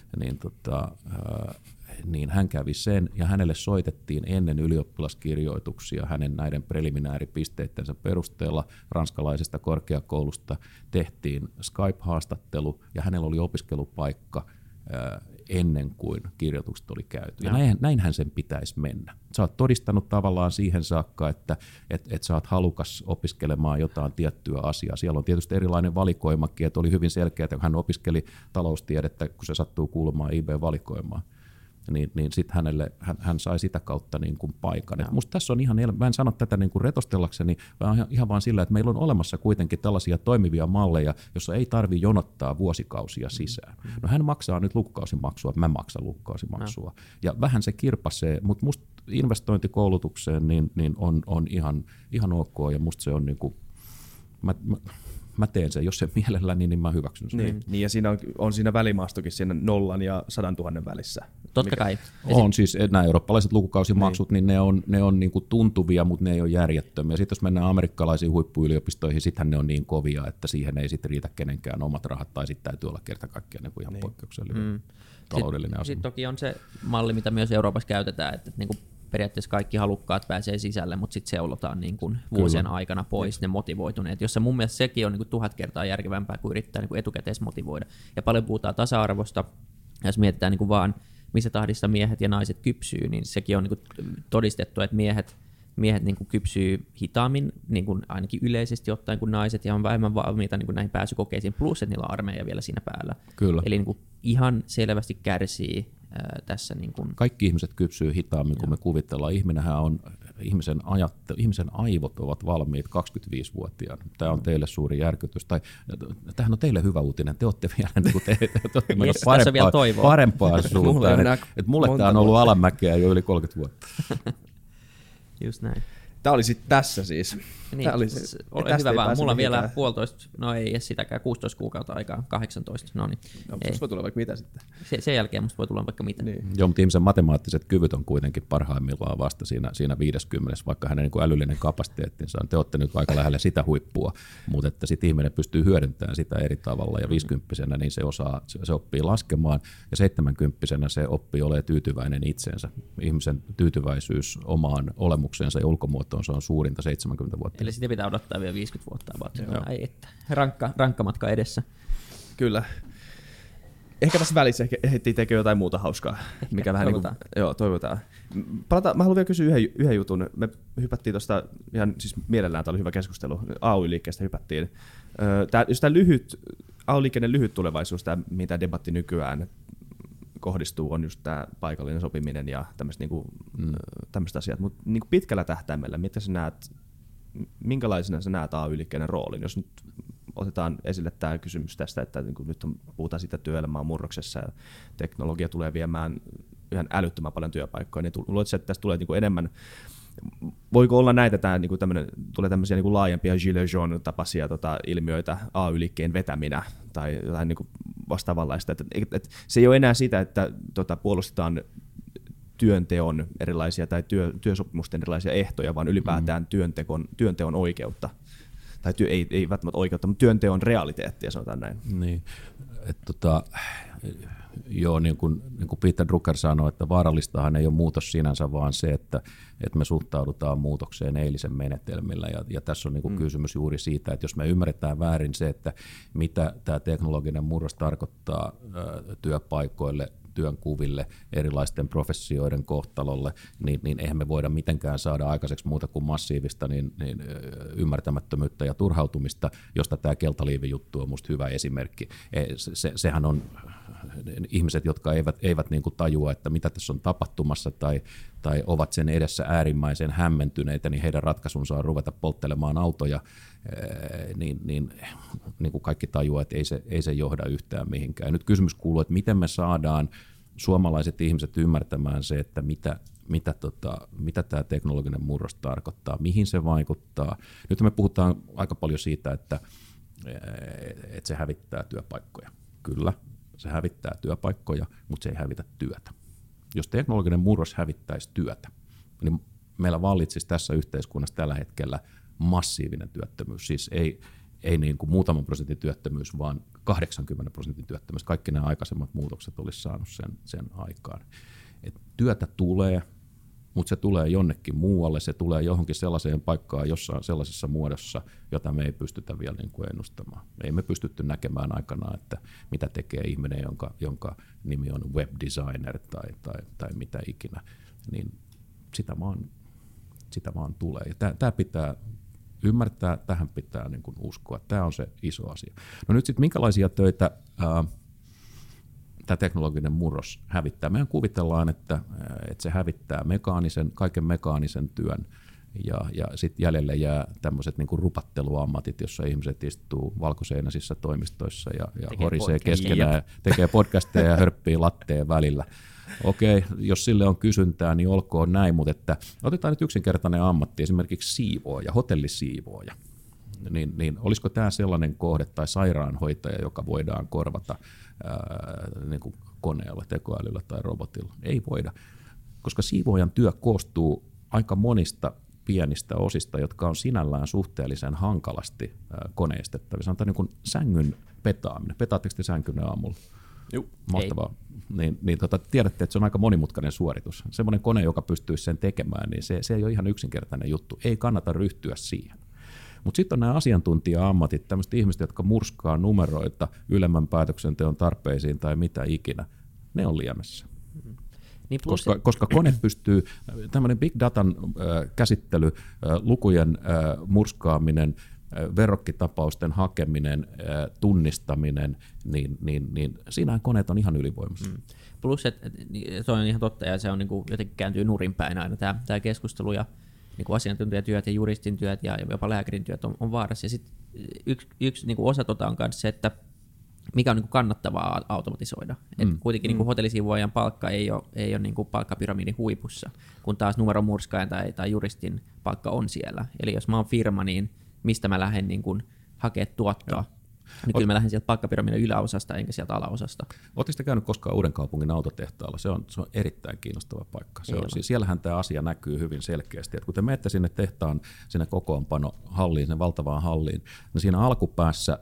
niin hän kävi sen, ja hänelle soitettiin ennen ylioppilaskirjoituksia hänen näiden preliminaaripisteittensä perusteella ranskalaisesta korkeakoulusta tehtiin Skype-haastattelu, ja hänellä oli opiskelupaikka ennen kuin kirjoitukset oli käyty. Ja näinhän sen pitäisi mennä. Sä oot todistanut tavallaan siihen saakka, että sä oot halukas opiskelemaan jotain tiettyä asiaa. Siellä on tietysti erilainen valikoimakin, että oli hyvin selkeää, että hän opiskeli taloustiedettä, kun se sattuu kuulumaan IB-valikoimaan. Niin sitten hän sai sitä kautta niin kuin paikan. Musta tässä on mä en sano tätä niin kuin retostellakseni, vaan ihan vaan sillä, että meillä on olemassa kuitenkin tällaisia toimivia malleja, jossa ei tarvitse jonottaa vuosikausia sisään. No hän maksaa nyt lukukausimaksua, mä maksan lukukausimaksua. Ja vähän se kirpasee, mutta musta investointikoulutukseen niin on ihan ok, ja musta se on niin kuin, mä teen sen, jos se mielelläni, niin mä hyväksyn sen. Niin ja siinä on siinä välimaastokin siinä 0 ja 100 000 välissä. Totta kai. On siis nämä eurooppalaiset lukukausimaksut, niin ne on niin kuin tuntuvia, mutta ne ei ole järjettömiä. Sitten jos mennään amerikkalaisiin huippuyliopistoihin, sittenhän ne on niin kovia, että siihen ei sitten riitä kenenkään omat rahat, tai sitten täytyy olla kerta kaikkiaan niin kuin ihan poikkeuksellinen taloudellinen asema. Sitten toki on se malli, mitä myös Euroopassa käytetään, että niin kuin periaatteessa kaikki halukkaat pääsee sisälle, mutta sitten seulotaan niin kuin vuosien aikana pois ne motivoituneet, jossa mun mielestä sekin on niin kuin 1000 kertaa järkevämpää kuin yrittää niin kuin etukäteismotivoida. Ja paljon puhutaan tasa-arvosta, jos mietitään niin kuin vaan, missä tahdissa miehet ja naiset kypsyy, niin sekin on niin kuin todistettu, että miehet niin kuin kypsyy hitaammin, niin kuin ainakin yleisesti ottaen kuin naiset, ja on vähemmän valmiita niin kuin näihin pääsykokeisiin, plus että niillä on armeija vielä siinä päällä. Kyllä. Eli niin kuin ihan selvästi kärsii tässä. Niin kuin... Kaikki ihmiset kypsyy hitaammin kuin me kuvitellaan. Ihmisen aivot ovat valmiit 25-vuotiaana. Tämä on teille suuri järkytys. Tämähän on teille hyvä uutinen. Te olette vielä niin kuin te parempaa suuntaan. Mulle tämä on ollut alamäkeä jo yli 30 vuotta. Just näin. Tämä oli sitten tässä siis. Niin, ole hyvä vaan. Mulla on vielä 1,5, no ei edes sitäkään, 16 kuukautta aikaa, 18. No niin. No, musta voi tulla vaikka mitä sitten. Sen jälkeen musta voi tulla vaikka mitä. Niin. Joo, mutta ihmisen matemaattiset kyvyt on kuitenkin parhaimmillaan vasta siinä 50, vaikka hänen niin kuin älyllinen kapasiteettinsa on. Te olette nyt aika lähellä sitä huippua, mutta että sitten ihminen pystyy hyödyntämään sitä eri tavalla, ja 50-vuotiaana niin se oppii laskemaan, ja 70-vuotiaana se oppii olemaan tyytyväinen itseensä. Ihmisen tyytyväisyys omaan olemukseensa ja ulkomuotoonsa on suurinta 70 vuotta. Eli sitä pitää odottaa vielä 50 vuotta. Ai että. Rankka matka edessä. Kyllä. Ehkä tässä välissä ehtii jotain muuta hauskaa. Mikä vähän toivotaan. Toivotaan. Mä haluan vielä kysyä yhden jutun. Me hypättiin tuosta, ihan siis mielellään tämä oli hyvä keskustelu, AY-liikkeestä hypättiin. Jos tämä AY-liikkeiden lyhyt tulevaisuus, mihin tämä debatti nykyään kohdistuu, on just tämä paikallinen sopiminen ja tämmöiset asiat. Mutta niin pitkällä tähtäimellä, minkälaisena sä näet AY-liikkeiden roolin? Jos nyt otetaan esille tämä kysymys tästä, että niin nyt puhutaan siitä työelämän murroksessa ja teknologia tulee viemään ihan älyttömän paljon työpaikkoja, niin luuletko, että tästä tulee niin enemmän, voiko olla näitä, tulee tämmöisiä niin laajempia Gilets jaunes -tapaisia ilmiöitä AY-liikkeen vetäminä tai jotain niin vastaavanlaista, että se ei ole enää sitä, että puolustetaan työnteon erilaisia tai työsopimusten erilaisia ehtoja, vaan ylipäätään työnteon oikeutta. Tai ei välttämättä oikeutta, mutta työnteon realiteettia, sanotaan näin. Niin. Joo, niin kuin Peter Drucker sanoi, että vaarallistahan ei ole muutos sinänsä, vaan se, että me suhtaudutaan muutokseen eilisen menetelmillä. Ja tässä on niin kuin kysymys juuri siitä, että jos me ymmärretään väärin se, että mitä tämä teknologinen murros tarkoittaa työpaikoille työnkuville, erilaisten professioiden kohtalolle, niin eihän me voida mitenkään saada aikaiseksi muuta kuin massiivista ymmärtämättömyyttä ja turhautumista, josta tämä keltaliivijuttu on musta hyvä esimerkki. Sehän on ihmiset, jotka eivät niin kuin tajua, että mitä tässä on tapahtumassa tai ovat sen edessä äärimmäisen hämmentyneitä, niin heidän ratkaisunsa on ruveta polttelemaan autoja, niin kuin kaikki tajuaa, että ei se johda yhtään mihinkään. Ja nyt kysymys kuuluu, että miten me saadaan suomalaiset ihmiset ymmärtämään se, että mitä tämä teknologinen murros tarkoittaa, mihin se vaikuttaa. Nyt me puhutaan aika paljon siitä, että se hävittää työpaikkoja. Kyllä, se hävittää työpaikkoja, mutta se ei hävitä työtä. Jos teknologinen murros hävittäisi työtä, niin meillä vallitsisi tässä yhteiskunnassa tällä hetkellä massiivinen työttömyys. Siis ei niin kuin muutaman prosentin työttömyys, vaan 80% työttömyys. Kaikki nämä aikaisemmat muutokset olisi saanut sen aikaan. Et työtä tulee, mutta se tulee jonnekin muualle, se tulee johonkin sellaiseen paikkaan jossain sellaisessa muodossa, jota me ei pystytä vielä niin kuin ennustamaan. Ei me pystytty näkemään aikanaan, että mitä tekee ihminen, jonka nimi on web designer tai mitä ikinä, niin sitä vaan tulee. Ja tämä pitää ymmärtää, tähän pitää niin kuin uskoa. Tämä on se iso asia. No nyt sitten minkälaisia töitä tämä teknologinen murros hävittää? Mehän kuvitellaan, että se hävittää kaiken mekaanisen työn ja sitten jäljelle jää tämmöiset niin kuin rupatteluammatit, jossa ihmiset istuu valkoseinäisissä toimistoissa ja horisee keskenään, tekee podcasteja ja hörppii latteen välillä. Okei, jos sille on kysyntää, niin olkoon näin, mutta että otetaan nyt yksinkertainen ammatti, esimerkiksi siivooja, hotellisiivooja. Niin olisiko tämä sellainen kohde tai sairaanhoitaja, joka voidaan korvata niin kuin koneella, tekoälyllä tai robotilla? Ei voida, koska siivoojan työ koostuu aika monista pienistä osista, jotka on sinällään suhteellisen hankalasti koneistettavia. Sanotaan niin kuin sängyn petaaminen. Petaatteko te sänkynne aamulla? Joo. Mahtavaa. Niin, tiedätte, että se on aika monimutkainen suoritus. Semmoinen kone, joka pystyisi sen tekemään, niin se ei ole ihan yksinkertainen juttu. Ei kannata ryhtyä siihen. Mutta sitten on nämä asiantuntija-ammatit, tämmöiset ihmiset, jotka murskaa numeroita ylemmän päätöksenteon tarpeisiin tai mitä ikinä. Ne on liemessä. Niin koska kone pystyy, tämmöinen big datan käsittely, lukujen murskaaminen, verrokkitapausten hakeminen, tunnistaminen, niin siinähän koneet on ihan ylivoimassa. Plus, että se on ihan totta, ja se on niin kuin, jotenkin kääntyy nurinpäin aina tämä keskustelu, ja niin kuin asiantuntijatyöt ja juristin työt ja jopa lääkärin työt on vaarassa. Ja sitten yksi niin kuin osa on myös se, että mikä on niin kuin kannattavaa automatisoida. Et kuitenkin niin kuin hotellisivuajan palkka ei ole niin kuin palkkapyramidin huipussa, kun taas numeromurskaajan tai juristin palkka on siellä. Eli jos mä oon firma, niin mistä mä lähden niin kuin hakemaan tuottoa? Niin kyllä mä lähden sieltä palkkapyramidin yläosasta enkä sieltä alaosasta. Oletteko käynyt koskaan Uudenkaupungin autotehtaalla? Se on erittäin kiinnostava paikka. Siis siellähän tämä asia näkyy hyvin selkeästi. Että kun te menette sinne tehtaan, sinne kokoonpanohalliin, sinne valtavaan halliin, niin siinä alkupäässä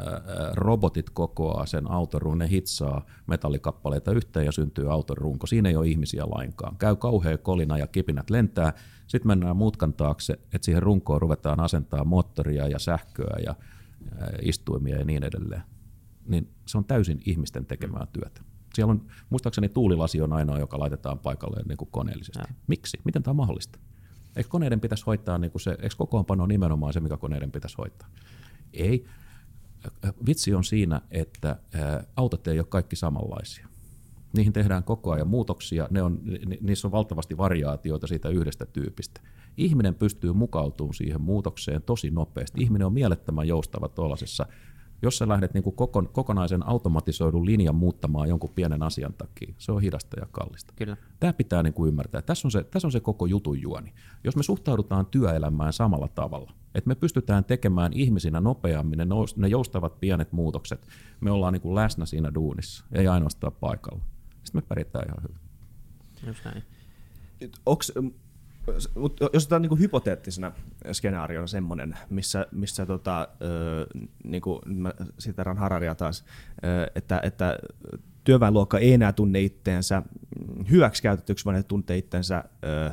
robotit kokoaa sen autorun, ne hitsaa metallikappaleita yhteen ja syntyy autorunko. Siinä ei ole ihmisiä lainkaan. Käy kauhea kolina ja kipinät lentää. Sitten mennään mutkan taakse, että siihen runkoon ruvetaan asentaa moottoria ja sähköä ja istuimia ja niin edelleen. Niin se on täysin ihmisten tekemää työtä. Siellä on, muistaakseni tuulilasi on ainoa, joka laitetaan paikalleen niin kuin koneellisesti. Miksi? Miten tämä on mahdollista? Eikö koneiden pitäisi hoitaa, niin kuin se, eikö kokoonpano nimenomaan se, mikä koneiden pitäisi hoitaa? Ei. Vitsi on siinä, että autot ei ole kaikki samanlaisia. Niihin tehdään koko ajan muutoksia, niissä on valtavasti variaatioita siitä yhdestä tyypistä. Ihminen pystyy mukautumaan siihen muutokseen tosi nopeasti. Ihminen on mielettömän joustava tuollaisessa. Jos sä lähdet niin kuin kokonaisen automatisoidun linjan muuttamaan jonkun pienen asian takia, se on hidasta ja kallista. Kyllä. Tämä pitää niin kuin ymmärtää. Tässä on se koko jutun juoni. Jos me suhtaudutaan työelämään samalla tavalla, että me pystytään tekemään ihmisinä nopeammin ne joustavat pienet muutokset, me ollaan niin kuin läsnä siinä duunissa, ei ainoastaan paikalla. Sitten me pärjätään ihan hyvin. Just näin. Jos otetaan niin hypoteettisena skenaariona semmoinen, missä niin kuin mä siteeraan Hararia taas, että työväenluokka ei enää tunne itteensä hyväksikäytetyksi, vaan ne tuntee itteensä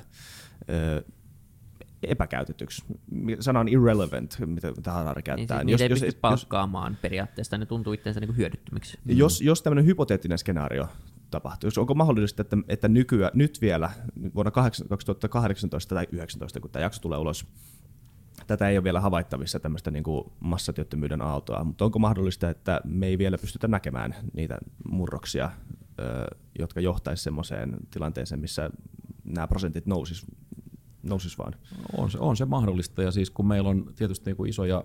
epäkäytetyksi. Sana on irrelevant, mitä Harari käyttää. Niin ei pysty palkkaamaan periaatteessa, ne tuntuu itseensä niin hyödyttömiksi. Jos tämmöinen hypoteettinen skenaario tapahtuu? Onko mahdollista, että nyt vielä vuonna 2018 tai 2019, kun tämä jakso tulee ulos, tätä ei ole vielä havaittavissa tämmöistä niin kuin massatyöttömyyden aaltoa, mutta onko mahdollista, että me ei vielä pystytä näkemään niitä murroksia, jotka johtaisi semmoiseen tilanteeseen, missä nämä prosentit nousis vaan? On se mahdollista, ja siis kun meillä on tietysti niin kuin isoja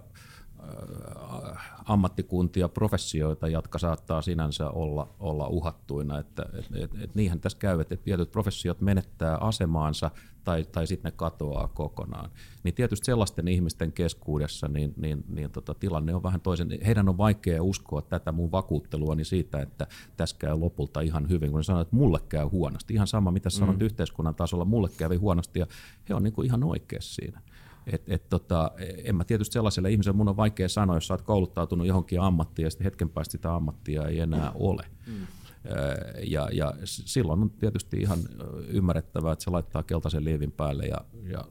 ammattikuntia, professioita, jotka saattaa sinänsä olla uhattuina, että niinhän tässä käy, että tietyt professiot menettää asemaansa tai sitten ne katoaa kokonaan. Niin tietysti sellaisten ihmisten keskuudessa tilanne on vähän toisen. Heidän on vaikea uskoa tätä mun vakuutteluani siitä, että tässä käy lopulta ihan hyvin, kun ne sanoo, että mulle käy huonosti. Ihan sama, mitä sanot yhteiskunnan tasolla, mulle kävi huonosti, ja he on niin kuin ihan oikeassa siinä. En mä tietysti sellaiselle ihmiselle, mun on vaikea sanoa, jos sä oot kouluttautunut johonkin ammattiin ja sitten hetken päästä sitä ammattia ei enää ole. Ja silloin on tietysti ihan ymmärrettävää, että se laittaa keltaisen liivin päälle ja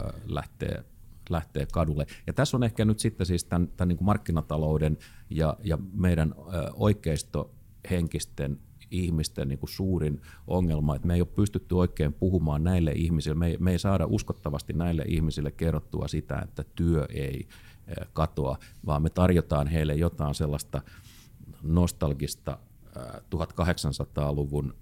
lähtee kadulle. Ja tässä on ehkä nyt sitten siis tämän niin kuin markkinatalouden ja meidän oikeistohenkisten ihmisten niin kuin suurin ongelma, että me ei ole pystytty oikein puhumaan näille ihmisille, me ei saada uskottavasti näille ihmisille kerrottua sitä, että työ ei katoa, vaan me tarjotaan heille jotain sellaista nostalgista 1800-luvun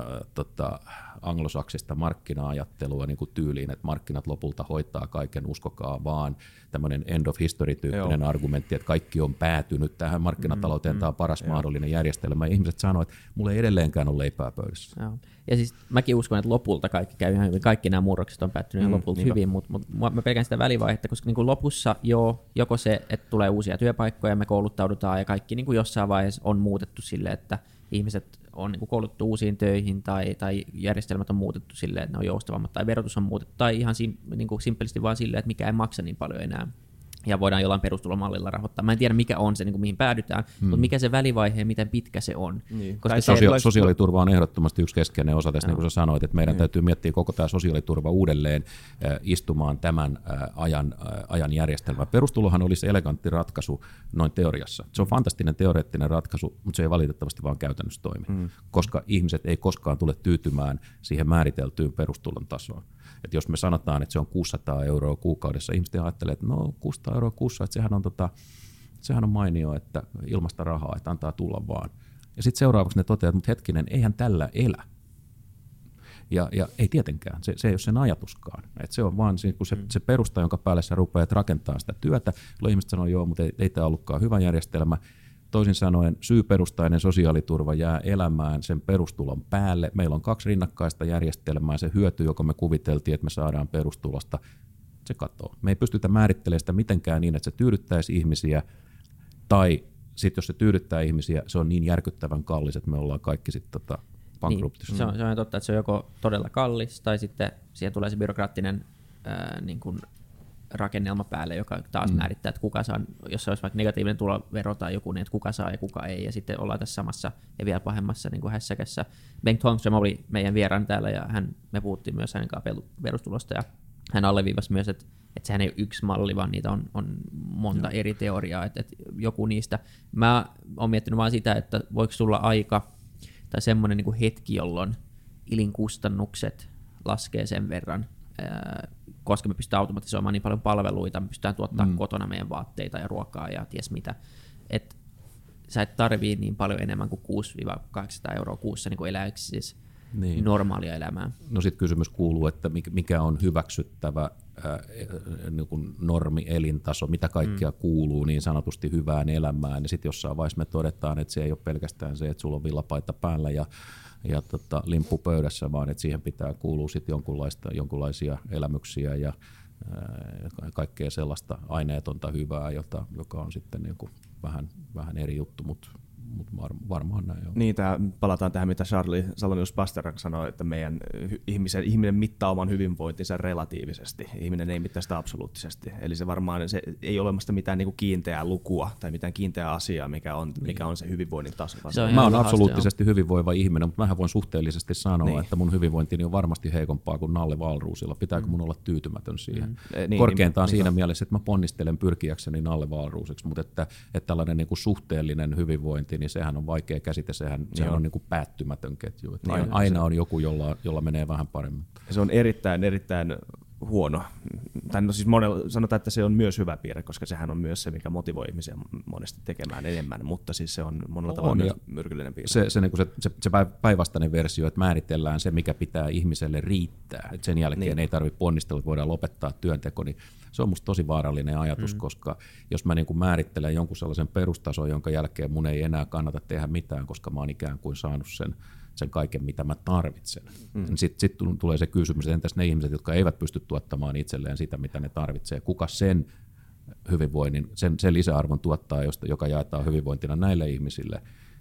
anglosaksista markkina-ajattelua niin kuin tyyliin, että markkinat lopulta hoitaa kaiken, uskokaa vaan, tämmöinen end of history-tyyppinen argumentti, että kaikki on päätynyt tähän markkinatalouteen, tämä on paras mahdollinen järjestelmä, ja ihmiset sanoo, että mulla ei edelleenkään ole leipää pöydässä. Joo. Ja siis mäkin uskon, että lopulta kaikki käy ihan hyvin, kaikki nämä murrokset on päättynyt ihan lopulta hyvin, mutta mä pelkään sitä välivaihetta, koska niin kuin lopussa joko se, että tulee uusia työpaikkoja, me kouluttaudutaan, ja kaikki niin kuin jossain vaiheessa on muutettu sille, että ihmiset on niin kuin koulutettu uusiin töihin tai järjestelmät on muutettu silleen, että ne on joustavammat tai verotus on muutettu tai ihan niin kuin simppelisti vaan silleen, että mikä ei maksa niin paljon enää ja voidaan jollain perustulomallilla rahoittaa. Mä en tiedä mikä on se, niin kuin mihin päädytään, mutta mikä se välivaihe ja miten pitkä se on. Niin. Koska sosiaaliturva on ehdottomasti yksi keskeinen osa tässä, niin kuin sä sanoit, että meidän täytyy miettiä koko tämä sosiaaliturva uudelleen istumaan tämän ajan järjestelmään. Perustulohan oli se elegantti ratkaisu noin teoriassa. Se on fantastinen teoreettinen ratkaisu, mutta se ei valitettavasti vaan käytännössä toimi, koska ihmiset ei koskaan tule tyytymään siihen määriteltyyn perustulon tasoon. Että jos me sanotaan, että se on 600 euroa kuukaudessa, ihmiset ajattelee, että no 600 euroa kuussa, että sehän on mainio, että ilmasta rahaa, että antaa tulla vaan. Ja sitten seuraavaksi ne toteavat, että mutta hetkinen, eihän tällä elä. Ja ei tietenkään, se ei ole sen ajatuskaan. Et se on vaan se perusta, jonka päälle sä rupeat rakentamaan sitä työtä, jolloin ihmiset sanoo, joo, mutta ei tämä ollutkaan hyvä järjestelmä. Toisin sanoen syyperustainen sosiaaliturva jää elämään sen perustulon päälle. Meillä on 2 rinnakkaista järjestelmää. Se hyöty, joka me kuviteltiin, että me saadaan perustulosta, se katoaa. Me ei pystytä määrittelemään sitä mitenkään niin, että se tyydyttäisi ihmisiä, tai sitten jos se tyydyttää ihmisiä, se on niin järkyttävän kallis, että me ollaan kaikki sitten bankruptissa. Niin, se on totta, että se on joko todella kallis, tai sitten siihen tulee se byrokraattinen niin kuin rakennelma päälle, joka taas määrittää, että kuka saa, jos se olisi vaikka negatiivinen tulovero tai joku, niin että kuka saa ja kuka ei, ja sitten ollaan tässä samassa ja vielä pahemmassa niin kuin hässäkässä. Bengt Holmström oli meidän vieraan täällä, ja me puhuttiin myös hänen kanssaan perustulosta, ja hän alleviivasi myös, että sehän ei ole yksi malli, vaan niitä on monta eri teoriaa, että joku niistä. Mä oon miettinyt vaan sitä, että voiko sulla aika tai semmoinen niin kuin hetki, jolloin elinkustannukset laskee sen verran, koska me pystytään automatisoimaan niin paljon palveluita, me pystytään tuottamaan kotona meidän vaatteita ja ruokaa ja ties mitä, että sä et tarvii niin paljon enemmän kuin 600–800 euroa kuussa niin kuin eläyksi siis normaalia elämää. No sitten kysymys kuuluu, että mikä on hyväksyttävä niin kuin normi-elintaso, mitä kaikkea kuuluu niin sanotusti hyvään elämään, ja sitten jossain vaiheessa me todetaan, että se ei ole pelkästään se, että sulla on villapaita päällä ja limppu pöydässä, vaan että siihen pitää kuulua sitten jonkunlaisia elämyksiä ja kaikkea sellaista aineetonta hyvää, joka on sitten niin kuin vähän eri juttu, mutta varmaan näin on. Niin, palataan tähän, mitä Charlie Salonius-Pasternak sanoi, että meidän ihminen mittaa oman hyvinvointinsa relatiivisesti. Ihminen ei mittaa sitä absoluuttisesti. Eli se varmaan se ei ole olemassa mitään niin kuin kiinteää lukua tai mitään kiinteää asiaa, mikä on se hyvinvoinnin taso. Mä oon absoluuttisesti hyvinvoiva ihminen, mutta mähän voin suhteellisesti sanoa, että mun hyvinvointini on varmasti heikompaa kuin Nalle Wahlroosilla. Pitääkö mun olla tyytymätön siihen? Korkeintaan siinä mielessä, että mä ponnistelen pyrkiäkseni Nalle Wahlrooseksi, mutta että tällainen niin kuin suhteellinen hyvinvointi, niin sehän on vaikea käsite, sehän on niin kuin päättymätön ketju. Aina on joku, jolla menee vähän paremmin. Se on erittäin huono. Tai no siis sanotaan, että se on myös hyvä piirre, koska sehän on myös se, mikä motivoi ihmisiä monesti tekemään enemmän, mutta siis se on monella tavalla myös myrkyllinen piirre. Se päinvastainen versio, että määritellään se, mikä pitää ihmiselle riittää, että sen jälkeen ei tarvitse ponnistella, että voidaan lopettaa työnteko, niin se on musta tosi vaarallinen ajatus, koska jos mä niin kuin määrittelen jonkun sellaisen perustason, jonka jälkeen mun ei enää kannata tehdä mitään, koska mä oon ikään kuin saanut sen kaiken, mitä mä tarvitsen. Sitten tulee se kysymys, että entäs ne ihmiset, jotka eivät pysty tuottamaan itselleen sitä, mitä ne tarvitsee, kuka sen hyvinvoinnin, sen lisäarvon tuottaa, joka jaetaan hyvinvointina näille ihmisille.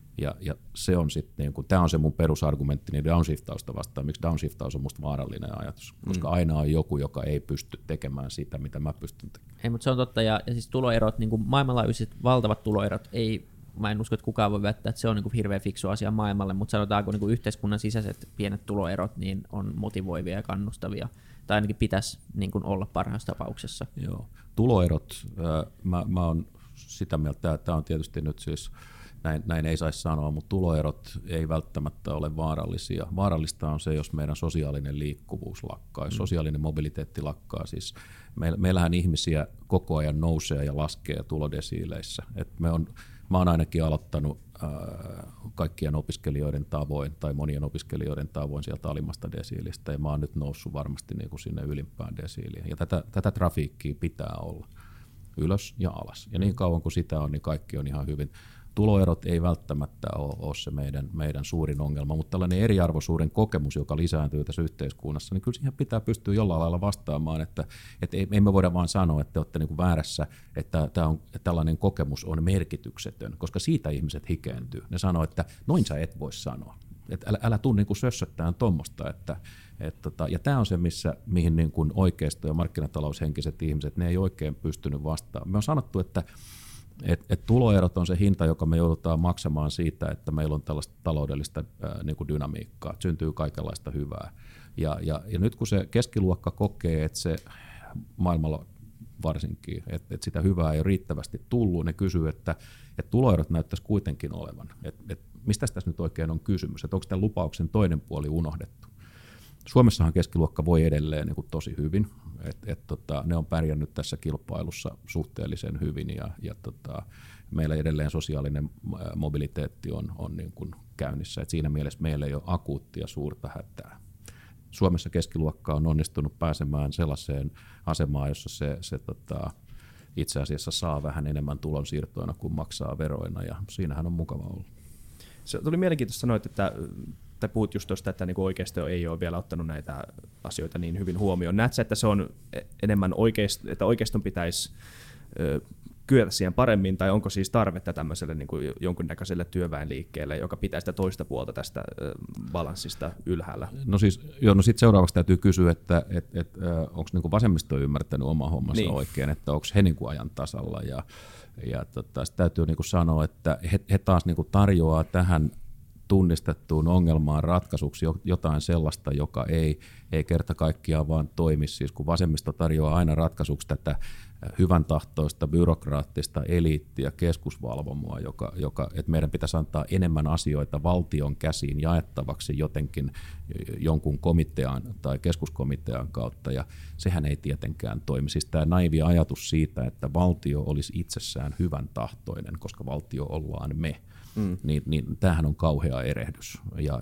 Ja se on sitten, niin tämä on se mun perusargumentti downshiftausta vastaan, miksi downshiftaus on musta vaarallinen ajatus, koska aina on joku, joka ei pysty tekemään sitä, mitä mä pystyn tekemään. Ei, mutta se on totta, ja siis tuloerot, niin kuin maailmanlaajuiset valtavat tuloerot, mä en usko, että kukaan voi väittää, että se on niin kuin hirveän fiksu asia maailmalle, mutta sanotaanko niin kuin yhteiskunnan sisäiset pienet tuloerot niin on motivoivia ja kannustavia, tai ainakin pitäisi niin kuin olla parhaassa tapauksessa. Joo. Tuloerot, mä oon sitä mieltä, tämä on tietysti nyt siis, näin ei saisi sanoa, mutta tuloerot ei välttämättä ole vaarallisia. Vaarallista on se, jos meidän sosiaalinen liikkuvuus lakkaa, jos sosiaalinen mobiliteetti lakkaa. Siis meillähän ihmisiä koko ajan nousee ja laskee tulodesiileissä. Mä oon ainakin aloittanut kaikkien opiskelijoiden tavoin tai monien opiskelijoiden tavoin sieltä alimmasta desiilistä, ja mä oon nyt noussut varmasti niin kuin sinne ylimpään desiiliin. Ja tätä trafiikkia pitää olla ylös ja alas. Ja niin kauan kuin sitä on, niin kaikki on ihan hyvin. Tuloerot ei välttämättä ole se meidän suurin ongelma, mutta tällainen eriarvoisuuden kokemus, joka lisääntyy tässä yhteiskunnassa, niin kyllä siihen pitää pystyä jollain lailla vastaamaan, että ei me voida vaan sanoa, että te olette niin kuin väärässä, että tällainen kokemus on merkityksetön, koska siitä ihmiset hikeentyy. Ne sanoo, että noin sä et voi sanoa, että älä tule niin kuin sössöttämään tuommoista, ja tämä on se, mihin niin kuin oikeisto- ja markkinataloushenkiset ihmiset, ne ei oikein pystynyt vastaamaan. Me on sanottu, että tuloerot on se hinta, joka me joudutaan maksamaan siitä, että meillä on tällaista taloudellista niin kuin dynamiikkaa, syntyy kaikenlaista hyvää. Ja nyt kun se keskiluokka kokee, että se maailmalla varsinkin, että sitä hyvää ei ole riittävästi tullut, ne kysyy, että tuloerot näyttäisi kuitenkin olevan. Mistä tässä nyt oikein on kysymys, että onko tämän lupauksen toinen puoli unohdettu? Suomessahan keskiluokka voi edelleen niin kuin tosi hyvin, ne on pärjännyt tässä kilpailussa suhteellisen hyvin ja meillä edelleen sosiaalinen mobiliteetti on niin kuin käynnissä, et siinä mielessä meillä ei ole akuuttia suurta hätää. Suomessa keskiluokka on onnistunut pääsemään sellaiseen asemaan, jossa se itse asiassa saa vähän enemmän tulonsiirtoina kuin maksaa veroina, ja siinähän on mukava olla. Se tuli mielenkiintoista sanoa, että puhut just tuosta, että niinku oikeisto ei ole vielä ottanut näitä asioita niin hyvin huomioon. Näetkö, että se on enemmän että oikeiston pitäisi kyetä siihen paremmin, tai onko siis tarvetta tämmöiselle niinku jonkunnäköiselle työväenliikkeelle, joka pitää sitä toista puolta tästä balanssista ylhäällä? No siis, sitten seuraavaksi täytyy kysyä, että onko niinku vasemmisto ymmärtänyt oma hommansa oikein, että onko he niinku ajan tasalla, ja sitten täytyy niinku sanoa, että he taas niinku tarjoaa tähän tunnistettuun ongelmaan ratkaisuksi jotain sellaista, joka ei kerta kaikkiaan vaan toimi. Siis kun vasemmisto tarjoaa aina ratkaisuksi tätä hyvän tahtoista, byrokraattista eliittiä, keskusvalvomoa, että meidän pitäisi antaa enemmän asioita valtion käsiin jaettavaksi jotenkin jonkun komitean tai keskuskomitean kautta, ja sehän ei tietenkään toimi. Siis tämä naivi ajatus siitä, että valtio olisi itsessään hyvän tahtoinen, koska valtio ollaan me, niin tämähän on kauhea erehdys.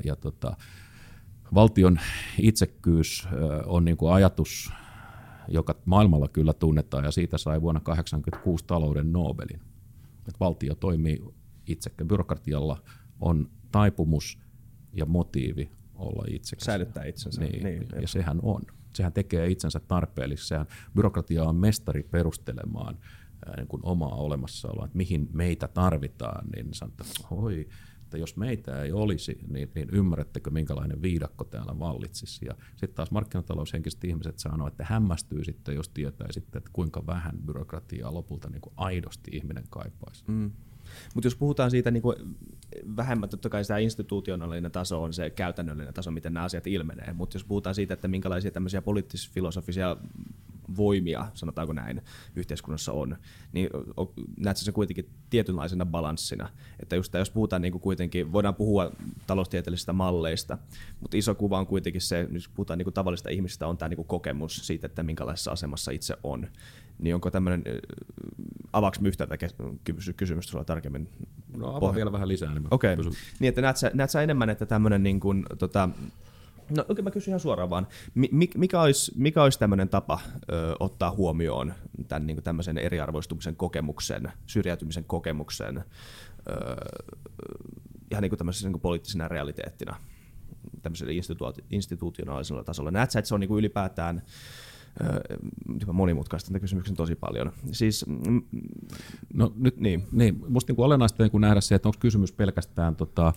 Valtion itsekkyys on niin kuin ajatus, joka maailmalla kyllä tunnetaan, ja siitä sai vuonna 1986 talouden Nobelin. Että valtio toimii itsekkä. Byrokratialla on taipumus ja motiivi olla itsekäs. Säilyttää itsensä. Niin, ja sehän on. Sehän tekee itsensä tarpeelliseksi. Byrokratia on mestari perustelemaan niin kuin omaa olemassaoloa, että mihin meitä tarvitaan, niin sanotaan, että jos meitä ei olisi, niin ymmärrättekö, minkälainen viidakko täällä vallitsisi. Ja sitten taas markkinataloushenkiset ihmiset sanoo, että hämmästyy sitten, jos tietäisitte, että kuinka vähän byrokratiaa lopulta niin kuin aidosti ihminen kaipaisi. Mutta jos puhutaan siitä niin kuin vähemmän, totta kai tämä institutionaalinen taso on se käytännöllinen taso, miten nämä asiat ilmenee, mutta jos puhutaan siitä, että minkälaisia tämmöisiä poliittis-filosofisia voimia, sanotaanko näin, yhteiskunnassa on, niin näetkö se kuitenkin tietynlaisena balanssina, että just jos puhutaan niin kuin kuitenkin, voidaan puhua taloustieteellisistä malleista, mutta iso kuva on kuitenkin se, jos puhutaan niin kuin tavallisista ihmisistä, on tämä niin kuin kokemus siitä, että minkälaisessa asemassa itse on. Niin onko tämmöinen, avaaks me yhtään tätä kysymystä sulla tarkemmin? No avaa vielä vähän lisää. Niin Okei. Niin, että näet sä enemmän, että tämmöinen niin kuin, no okei, mä kysyn ihan suoraan vaan. Mikä olisi tämmöinen tapa ottaa huomioon tämän niin kuin tämmöisen eriarvoistumisen kokemuksen, syrjäytymisen kokemuksen ihan niin kuin tämmöisenä niin kuin poliittisena realiteettina, tämmöisellä institutionaalisella tasolla? Näet sä, että se on niin kuin ylipäätään monimutkaista tämän kysymyksen tosi paljon. Siis, no nyt niin musta niin olennaista niin nähdä se, että onko kysymys pelkästään,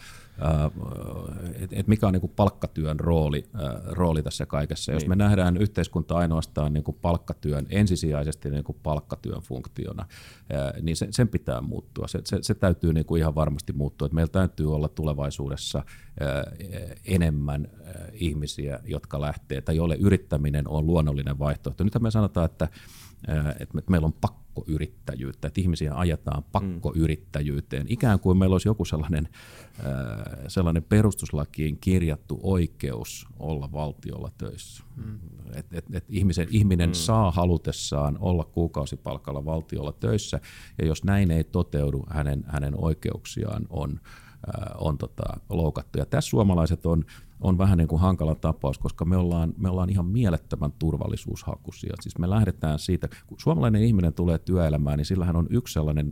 että mikä on niin palkkatyön rooli tässä kaikessa. Niin. Jos me nähdään yhteiskunta ainoastaan niin palkkatyön, ensisijaisesti niin palkkatyön funktiona, niin sen pitää muuttua. Se täytyy niin ihan varmasti muuttua. Että meillä täytyy olla tulevaisuudessa enemmän ihmisiä, jotka lähtee, tai joille yrittäminen on luonnollinen vaihtoehto. Nyt me sanotaan, että meillä on pakkoyrittäjyyttä, että ihmisiä ajetaan pakkoyrittäjyyteen. Ikään kuin meillä olisi joku sellainen perustuslakiin kirjattu oikeus olla valtiolla töissä. Et ihminen saa halutessaan olla kuukausipalkalla valtiolla töissä, ja jos näin ei toteudu, hänen oikeuksiaan on loukattu. Ja tässä suomalaiset on vähän niin kuin hankala tapaus, koska me ollaan ihan mielettömän turvallisuushakuisia. Siis me lähdetään siitä, kun suomalainen ihminen tulee työelämään, niin sillähän on yksi sellainen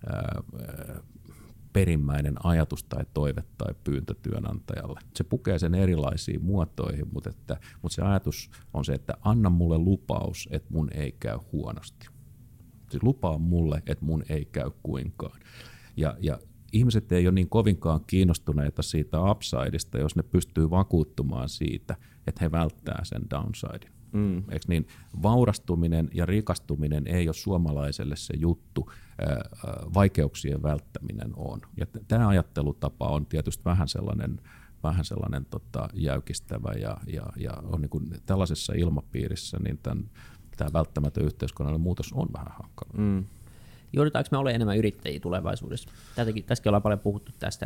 perimmäinen ajatus tai toive tai pyyntö työnantajalle. Se pukee sen erilaisiin muotoihin, mutta se ajatus on se, että anna mulle lupaus, että mun ei käy huonosti. Siis lupaa mulle, että mun ei käy kuinkaan. Ja ihmiset ei ole niin kovinkaan kiinnostuneita siitä upsideista, jos ne pystyy vakuuttumaan siitä, että he välttää sen downsidein. Eikö niin? Vaurastuminen ja rikastuminen ei ole suomalaiselle se juttu, vaikeuksien välttäminen on. Ja tämä ajattelutapa on tietysti vähän sellainen jäykistävä ja on niin kuin tällaisessa ilmapiirissä niin tämä välttämätön yhteiskunnallinen muutos on vähän hankala. Joudutaanko me olemaan enemmän yrittäjiä tulevaisuudessa? Tässäkin ollaan paljon puhuttu tästä,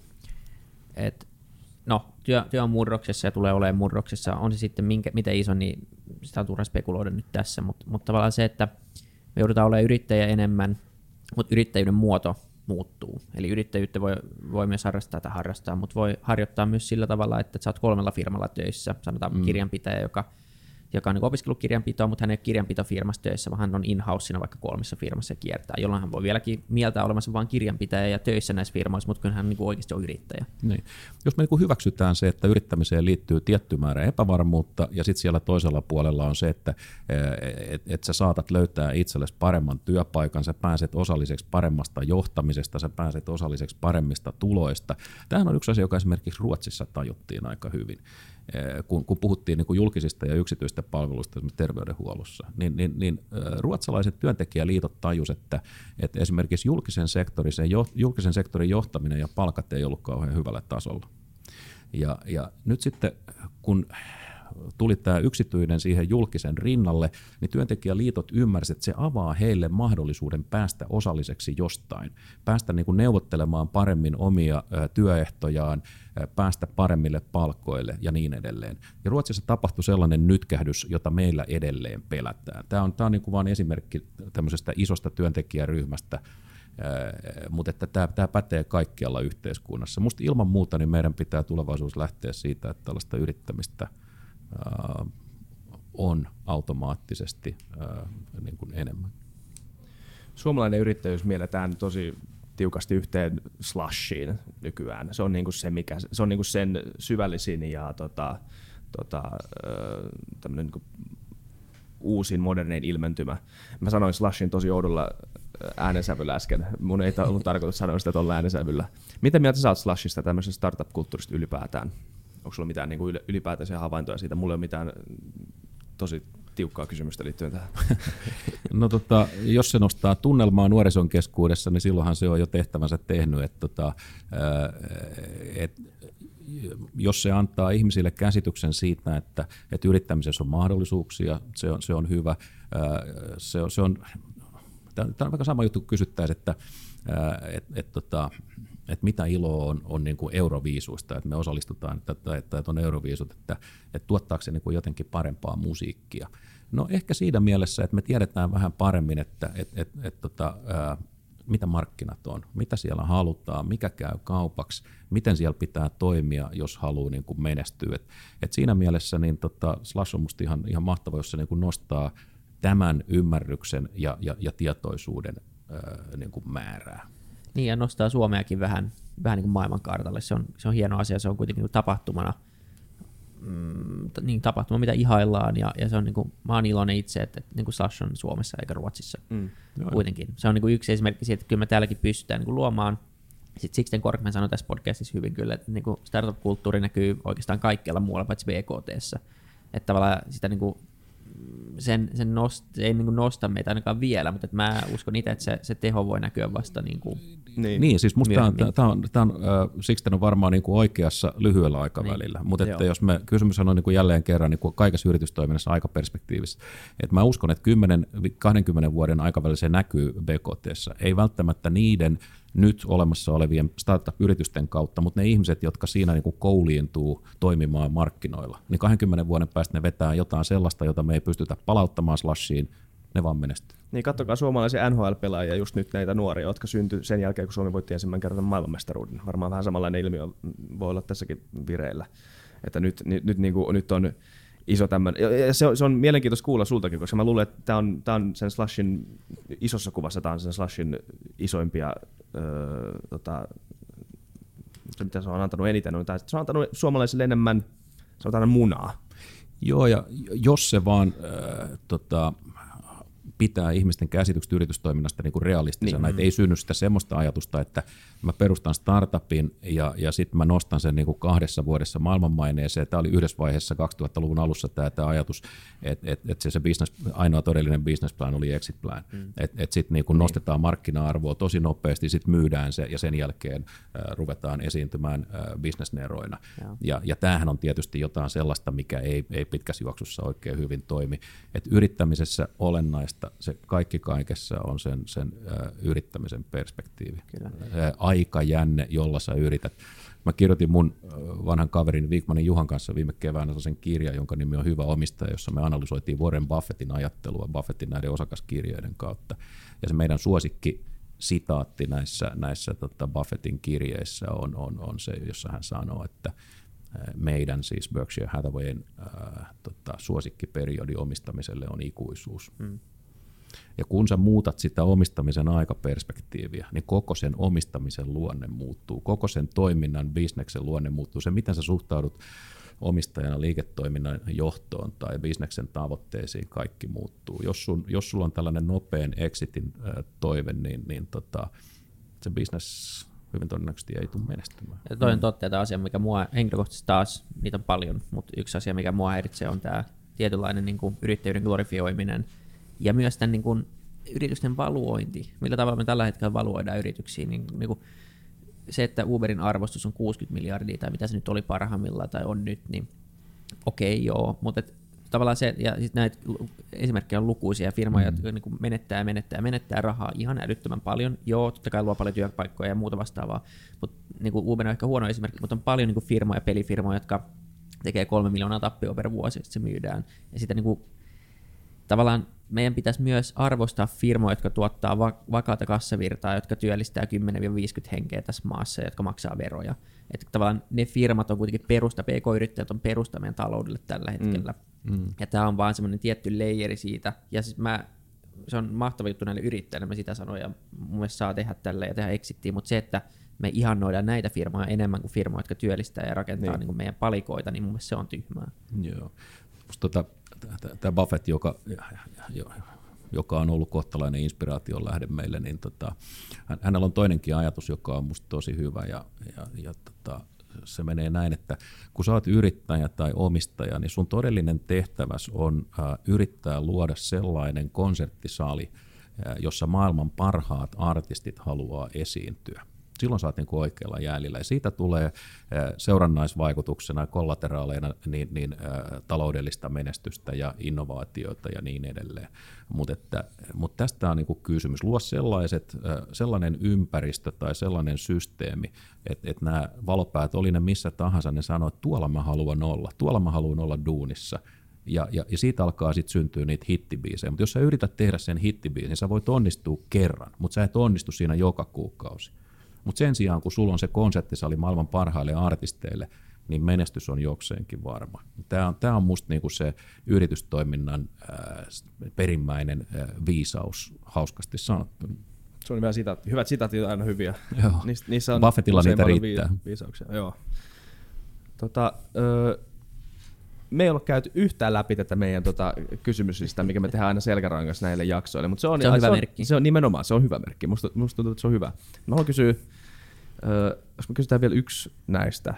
että työ on murroksessa ja tulee olemaan murroksessa. On se sitten miten iso, niin sitä on turha spekuloida nyt tässä, mutta tavallaan se, että me joudutaan olemaan yrittäjiä enemmän, mutta yrittäjyyden muoto muuttuu. Eli yrittäjyyttä voi myös harrastaa, mutta voi harjoittaa myös sillä tavalla, että sä oot 3 firmalla töissä, sanotaan kirjanpitäjä, joka on niin opiskellut kirjanpitoa, mutta hän ei ole kirjanpitofirmassa töissä, vaan hän on in-housena vaikka 3 firmassa ja kiertää, jolloin hän voi vieläkin mieltää olemassa vain kirjanpitäjä ja töissä näissä firmoissa, mutta kyllä hän niin oikeasti on yrittäjä. Niin. Jos me niin hyväksytään se, että yrittämiseen liittyy tietty määrä epävarmuutta, ja sitten siellä toisella puolella on se, että sä saatat löytää itsellesi paremman työpaikan, sä pääset osalliseksi paremmasta johtamisesta, sä pääset osalliseksi paremmista tuloista. Tämähän on yksi asia, joka esimerkiksi Ruotsissa tajuttiin aika hyvin. Kun puhuttiin niin kuin julkisista ja yksityistä palveluista esimerkiksi terveydenhuollossa, niin ruotsalaiset työntekijäliitot tajusivat, että esimerkiksi julkisen sektorin johtaminen ja palkat ei ollut kauhean hyvällä tasolla. Ja nyt sitten, kun tuli tämä yksityinen siihen julkisen rinnalle, niin työntekijäliitot ymmärsivät, että se avaa heille mahdollisuuden päästä osalliseksi jostain, päästä niin kuin neuvottelemaan paremmin omia työehtojaan, päästä paremmille palkoille ja niin edelleen. Ja Ruotsissa tapahtui sellainen nytkähdys, jota meillä edelleen pelätään. Tämä on niin kuin vain esimerkki tämmöisestä isosta työntekijäryhmästä, mutta että tämä pätee kaikkialla yhteiskunnassa. Musta ilman muuta niin meidän pitää tulevaisuudessa lähteä siitä, että tällaista yrittämistä on automaattisesti niin kuin enemmän. Suomalainen yrittäjyys mielletään tosi tiukasti yhteen slushiin nykyään. Se on niinku se on niinku sen syvällisin ja tämmöinen niinku uusin modernein ilmentymä. Mä sanoin slushin tosi oudolla äänensävyllä äsken. Mun ei ollut tarkoitus sanoa sitä tuolla äänensävyllä. Mitä mieltä sä oot slushista, tämmöisestä startup-kulttuurista ylipäätään? Onko sulla mitään niinku ylipäätäisiä havaintoja siitä? Mulla ei ole mitään tosi tiukkaa kysymystä liittyen tähän. No jos se nostaa tunnelmaa nuorison keskuudessa, niin silloinhan se on jo tehtävänsä tehnyt. jos se antaa ihmisille käsityksen siitä, että yrittämisessä on mahdollisuuksia, se on hyvä. Tämä on vaikka sama juttu, kun kysyttäisiin, että mitä iloa on niin kuin euroviisuista, että me osallistutaan, että on euroviisut, että tuottaako se niin kuin jotenkin parempaa musiikkia. No ehkä siinä mielessä, että me tiedetään vähän paremmin, että mitä markkinat on, mitä siellä halutaan, mikä käy kaupaksi, miten siellä pitää toimia, jos haluaa niin kuin menestyä. Et siinä mielessä niin Slush on musta ihan mahtava, jos se niin kuin nostaa tämän ymmärryksen ja tietoisuuden niin kuin määrää. Niin, ja nostaa Suomeakin vähän niin kuin maailmankartalle. Se on hieno asia, se on kuitenkin niin tapahtumana, tapahtuma, mitä ihaillaan, ja se on niin kuin, mä oon iloinen itse, että niin kuin Slush on Suomessa eikä Ruotsissa kuitenkin. Se on niin kuin yksi esimerkki siitä, että kyllä me täälläkin pystytään niin kuin luomaan. Sitten Sixten Korkman sanoi tässä podcastissa hyvin kyllä, että niin kuin startup-kulttuuri näkyy oikeastaan kaikkialla muualla paitsi BKT:ssä. Että tavallaan sitä niin kuin se ei niin kuin nosta meitä ainakaan vielä, mutta mä uskon itse, että se teho voi näkyä vasta niin kuin niin, siis musta Sixten on varmaan niin kuin oikeassa lyhyellä aikavälillä, mutta että jos kysymys on niin kuin jälleen kerran niin kuin kaikessa yritystoiminnassa aikaperspektiivissä, että mä uskon, että 10-20 vuoden aikavälillä se näkyy BKT:ssä, ei välttämättä niiden nyt olemassa olevien startup-yritysten kautta, mutta ne ihmiset, jotka siinä niin kuin kouliintuu toimimaan markkinoilla, niin 20 vuoden päästä ne vetää jotain sellaista, jota me ei pystytä palauttamaan Slushiin, ne vaan menestyy. Niin katsokaa suomalaisia NHL-pelaajia, just nyt näitä nuoria, jotka syntyi sen jälkeen, kun Suomi voitti ensimmäinen kerran maailmanmestaruuden. Varmaan vähän samanlainen ilmiö voi olla tässäkin vireillä. Että nyt on iso tämmöinen, ja se on mielenkiintoista kuulla sultakin, koska mä luulen, että tämä on sen Slushin, isossa kuvassa tämä on sen Slushin isoimpia, mitä se on antanut eniten, se on antanut suomalaisille enemmän, se on antanut munaa. Joo, ja jos se vaan pitää ihmisten käsitykset yritystoiminnasta niin kuin realistisena, että ei synny sitä semmoista ajatusta, että mä perustan startupin ja sitten mä nostan sen niin kuin 2 vuodessa maailmanmaineeseen. Tämä oli yhdessä vaiheessa 2000-luvun alussa tämä ajatus, että se ainoa todellinen business plan oli exit plan. Että sitten niin kuin nostetaan markkina-arvoa tosi nopeasti, sitten myydään se ja sen jälkeen ruvetaan esiintymään business-neroina. Ja tämähän on tietysti jotain sellaista, mikä ei pitkässä juoksussa oikein hyvin toimi. Et yrittämisessä olennaista se kaikki kaikessa on sen yrittämisen perspektiivi. Kyllä. Aikajänne, jolla sä yrität. Mä kirjoitin mun vanhan kaverin Wikmanin Juhan kanssa viime keväänä sellaisen kirjan, jonka nimi on Hyvä omistaja, jossa me analysoitiin Warren Buffettin ajattelua Buffettin näiden osakaskirjojen kautta. Ja se meidän suosikki sitaatti näissä Buffettin kirjeissä on se, jossa hän sanoo, että meidän siis Berkshire Hathawayn suosikkiperiodi omistamiselle on ikuisuus. Ja kun sä muutat sitä omistamisen aikaperspektiiviä, niin koko sen omistamisen luonne muuttuu, koko sen toiminnan, bisneksen luonne muuttuu. Se, miten sä suhtaudut omistajana liiketoiminnan johtoon tai bisneksen tavoitteisiin, kaikki muuttuu. Jos sulla on tällainen nopean exitin toive, niin se business hyvin todennäköisesti ei tule menestymään. Ja toi on totta, että asia, mikä mua henkilökohtaisesti taas, niitä on paljon, mutta yksi asia, mikä mua häiritsee, on tämä tietynlainen niin kuin yrittäjyyden glorifioiminen ja myös tämän niin kuin yritysten valuointi. Millä tavalla me tällä hetkellä valuoidaan yrityksiä. Niin kuin se, että Uberin arvostus on 60 miljardia tai mitä se nyt oli parhaimmillaan tai on nyt, niin okei, joo, mutta tavallaan se, ja sitten näitä esimerkkejä on lukuisia firmoja, jotka niin kuin menettää rahaa ihan älyttömän paljon. Joo, totta kai luo paljon työpaikkoja ja muuta vastaavaa, mutta niin kuin Uber on ehkä huono esimerkki, mutta on paljon niin kuin firmoja, pelifirmoja, jotka tekee 3 miljoonaa tappioa per vuosi, sitten se myydään. Ja sitä niin kuin, tavallaan meidän pitäisi myös arvostaa firmoja, jotka tuottaa vakaata kassavirtaa, jotka työllistää 10-50 henkeä tässä maassa, jotka maksaa veroja. Että tavallaan ne firmat on kuitenkin perusta, PK-yrittäjät on perusta meidän taloudelle tällä hetkellä. Ja tämä on vaan semmoinen tietty leijeri siitä. Ja siis se on mahtava juttu näille yrittäjille, mä sitä sanoin, ja mun mielestä saa tehdä tällä ja tehdä exittiä, mutta se, että me ihannoidaan näitä firmoja enemmän kuin firmoja, jotka työllistää ja rakentaa niin kuin meidän palikoita, niin mun mielestä se on tyhmää. Joo. Tämä Buffett, joka on ollut kohtalainen inspiraation lähde meille, niin hänellä on toinenkin ajatus, joka on musta tosi hyvä ja se menee näin, että kun sä oot yrittäjä tai omistaja, niin sun todellinen tehtäväs on yrittää luoda sellainen konserttisali, jossa maailman parhaat artistit haluaa esiintyä. silloin sä oot niin kuin oikealla jäljellä. Ja siitä tulee seurannaisvaikutuksena, kollateraaleina taloudellista menestystä ja innovaatioita ja niin edelleen. Mutta tästä on niin kuin kysymys. Luo sellainen ympäristö tai sellainen systeemi, että nämä valopäät, oli ne missä tahansa, ne sanoo, että tuolla mä haluan olla duunissa. Ja siitä alkaa sitten syntyä niitä hittibiisejä. Mutta jos sä yrität tehdä sen hittibiisin, sä voit onnistua kerran, mutta sä et onnistu siinä joka kuukausi. Mutta sen sijaan, kun sulla on se konserttisali maailman parhaille artisteille, niin menestys on jokseenkin varma. Tämä on musta niinku se yritystoiminnan perimmäinen viisaus, hauskasti sanottuna. Se on hyvä sitaatti. Hyvät sitaatit on aina hyviä. Joo. Niissä on Buffettilla niitä riittää. Viisauksia. Joo. Me ei ole käyty yhtään läpi tätä meidän kysymyslistaa, mikä me tehdään aina selkärangassa näille jaksoille. Mutta se on hyvä merkki. Se on nimenomaan, se on hyvä merkki. Musta tuntuu, että se on hyvä. Mä haluan kysyä, jos me kysytään vielä yksi näistä.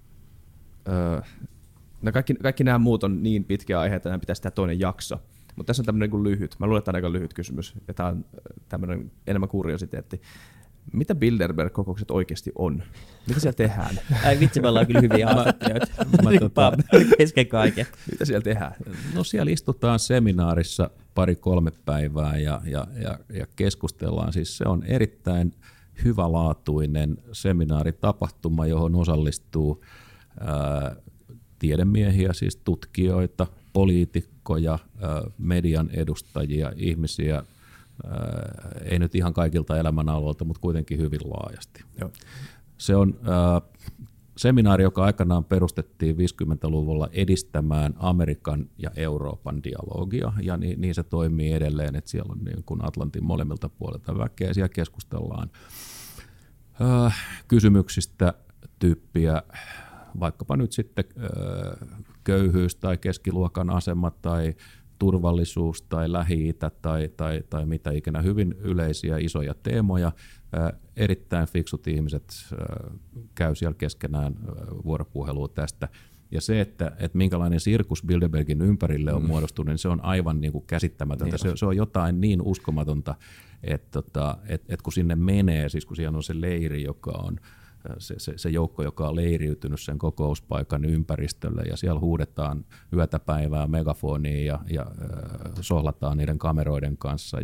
Kaikki nämä muut on niin pitkiä aiheita, että nämä pitäisi tehdä toinen jakso. Mutta tässä on tämmöinen niin lyhyt. Mä luulen, että tämä on aika lyhyt kysymys. Ja tämä on tämmöinen enemmän kuriositeetti. Mitä Bilderberg-kokoukset oikeasti on? Mitä siellä tehdään? Ai vitsi, me ollaan kyllä hyviä haastattelijoita. Kesken kaiken. Mitä siellä tehdään? No siellä istutaan seminaarissa 2-3 päivää ja keskustellaan. Siis se on erittäin hyvälaatuinen seminaaritapahtuma, johon osallistuu tiedemiehiä, siis tutkijoita, poliitikkoja, median edustajia, ihmisiä, ei nyt ihan kaikilta elämänaloilta, mutta kuitenkin hyvin laajasti. Joo. Se on seminaari, joka aikanaan perustettiin 50-luvulla edistämään Amerikan ja Euroopan dialogia, ja niin se toimii edelleen, että siellä on niin kuin Atlantin molemmilta puolilta väkeä, siellä keskustellaan kysymyksistä tyyppiä, vaikkapa nyt sitten köyhyys tai keskiluokan asema tai turvallisuus tai Lähi-itä tai mitä ikinä, hyvin yleisiä isoja teemoja. Erittäin fiksut ihmiset käy siellä keskenään vuoropuhelua tästä. Ja se, että minkälainen sirkus Bilderbergin ympärille on muodostunut, niin se on aivan niin kuin käsittämätöntä. Niin se on jotain niin uskomatonta, että kun sinne menee, siis kun siellä on se leiri, joka on se joukko, joka on leiriytynyt sen kokouspaikan ympäristölle, ja siellä huudetaan yötä päivää megafoniin ja sohlataan niiden kameroiden kanssa.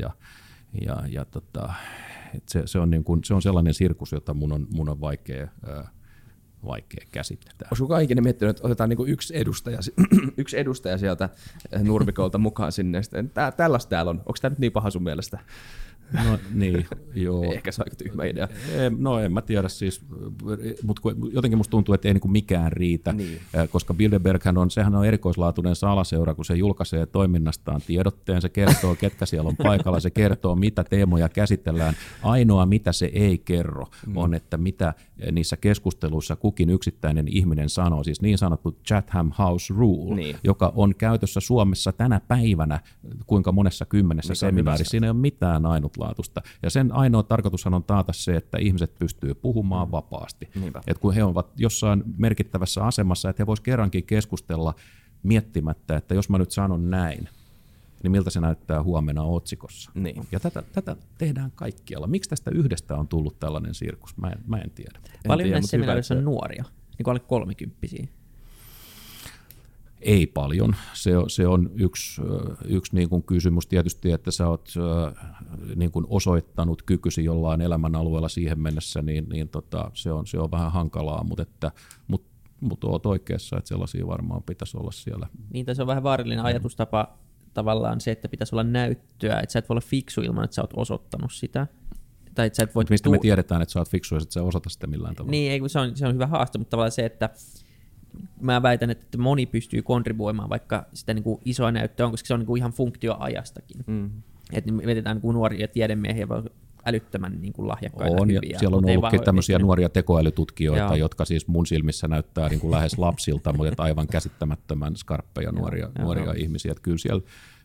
Se on sellainen sirkus, jota mun on vaikea käsittää. Olisiko kaikki miettinyt, että otetaan niinku yksi edustaja sieltä nurmikolta mukaan sinne? Tällaista täällä on. Onko tämä nyt niin paha sun mielestä? No niin, joo. Ehkä se on aika tyhmä idea. No en mä tiedä siis, mutta jotenkin musta tuntuu, että ei niinku mikään riitä, niin. Koska sehän on erikoislaatuinen salaseura, kun se julkaisee toiminnastaan tiedotteen, se kertoo, ketkä siellä on paikalla, se kertoo, mitä teemoja käsitellään. Ainoa, mitä se ei kerro, on, että mitä niissä keskusteluissa kukin yksittäinen ihminen sanoo, siis niin sanottu Chatham House Rule, niin. Joka on käytössä Suomessa tänä päivänä, kuinka monessa kymmenessä seminaarissa, siinä ei ole mitään ainutlaatuista. Ja sen ainoa tarkoitushan on taata se, että ihmiset pystyy puhumaan vapaasti. Et kun he ovat jossain merkittävässä asemassa, että he voisivat kerrankin keskustella miettimättä, että jos mä nyt sanon näin, niin miltä se näyttää huomenna otsikossa. Niin. Ja tätä tehdään kaikkialla. Miksi tästä yhdestä on tullut tällainen sirkus? Mä en tiedä. Paljon näissä seminaarissa on nuoria, niin kuin alle 30-vuotiaita. Ei paljon. Se on yksi niin kuin kysymys tietysti, että sä oot niin kuin osoittanut kykysi jollain elämänalueella siihen mennessä, niin se on vähän hankalaa, mutta oot oikeassa, että sellaisia varmaan pitäisi olla siellä. Niin, se on vähän vaarallinen ajatustapa tavallaan se, että pitäisi olla näyttöä, että sä et voi olla fiksu ilman, että sä oot osoittanut sitä. Tai että sä et voi mistä me tiedetään, että sä oot fiksu, että sä osoita sitä millään tavalla? Niin, se on hyvä haaste, mutta tavallaan se, että mä väitän, että moni pystyy kontribuoimaan vaikka sitä niin kuin isoa näyttöä on, koska se on niin kuin ihan funktio ajastakin. Että me mietitään niin kuin nuoria tiedemiehiä älyttömän niin kuin lahjakkaita on, hyviä. Siellä on ollutkin tämmöisiä nuoria tekoälytutkijoita, jotka siis mun silmissä näyttää niin kuin lähes lapsilta, mutta aivan käsittämättömän skarppeja nuoria ihmisiä. Että kyllä siellä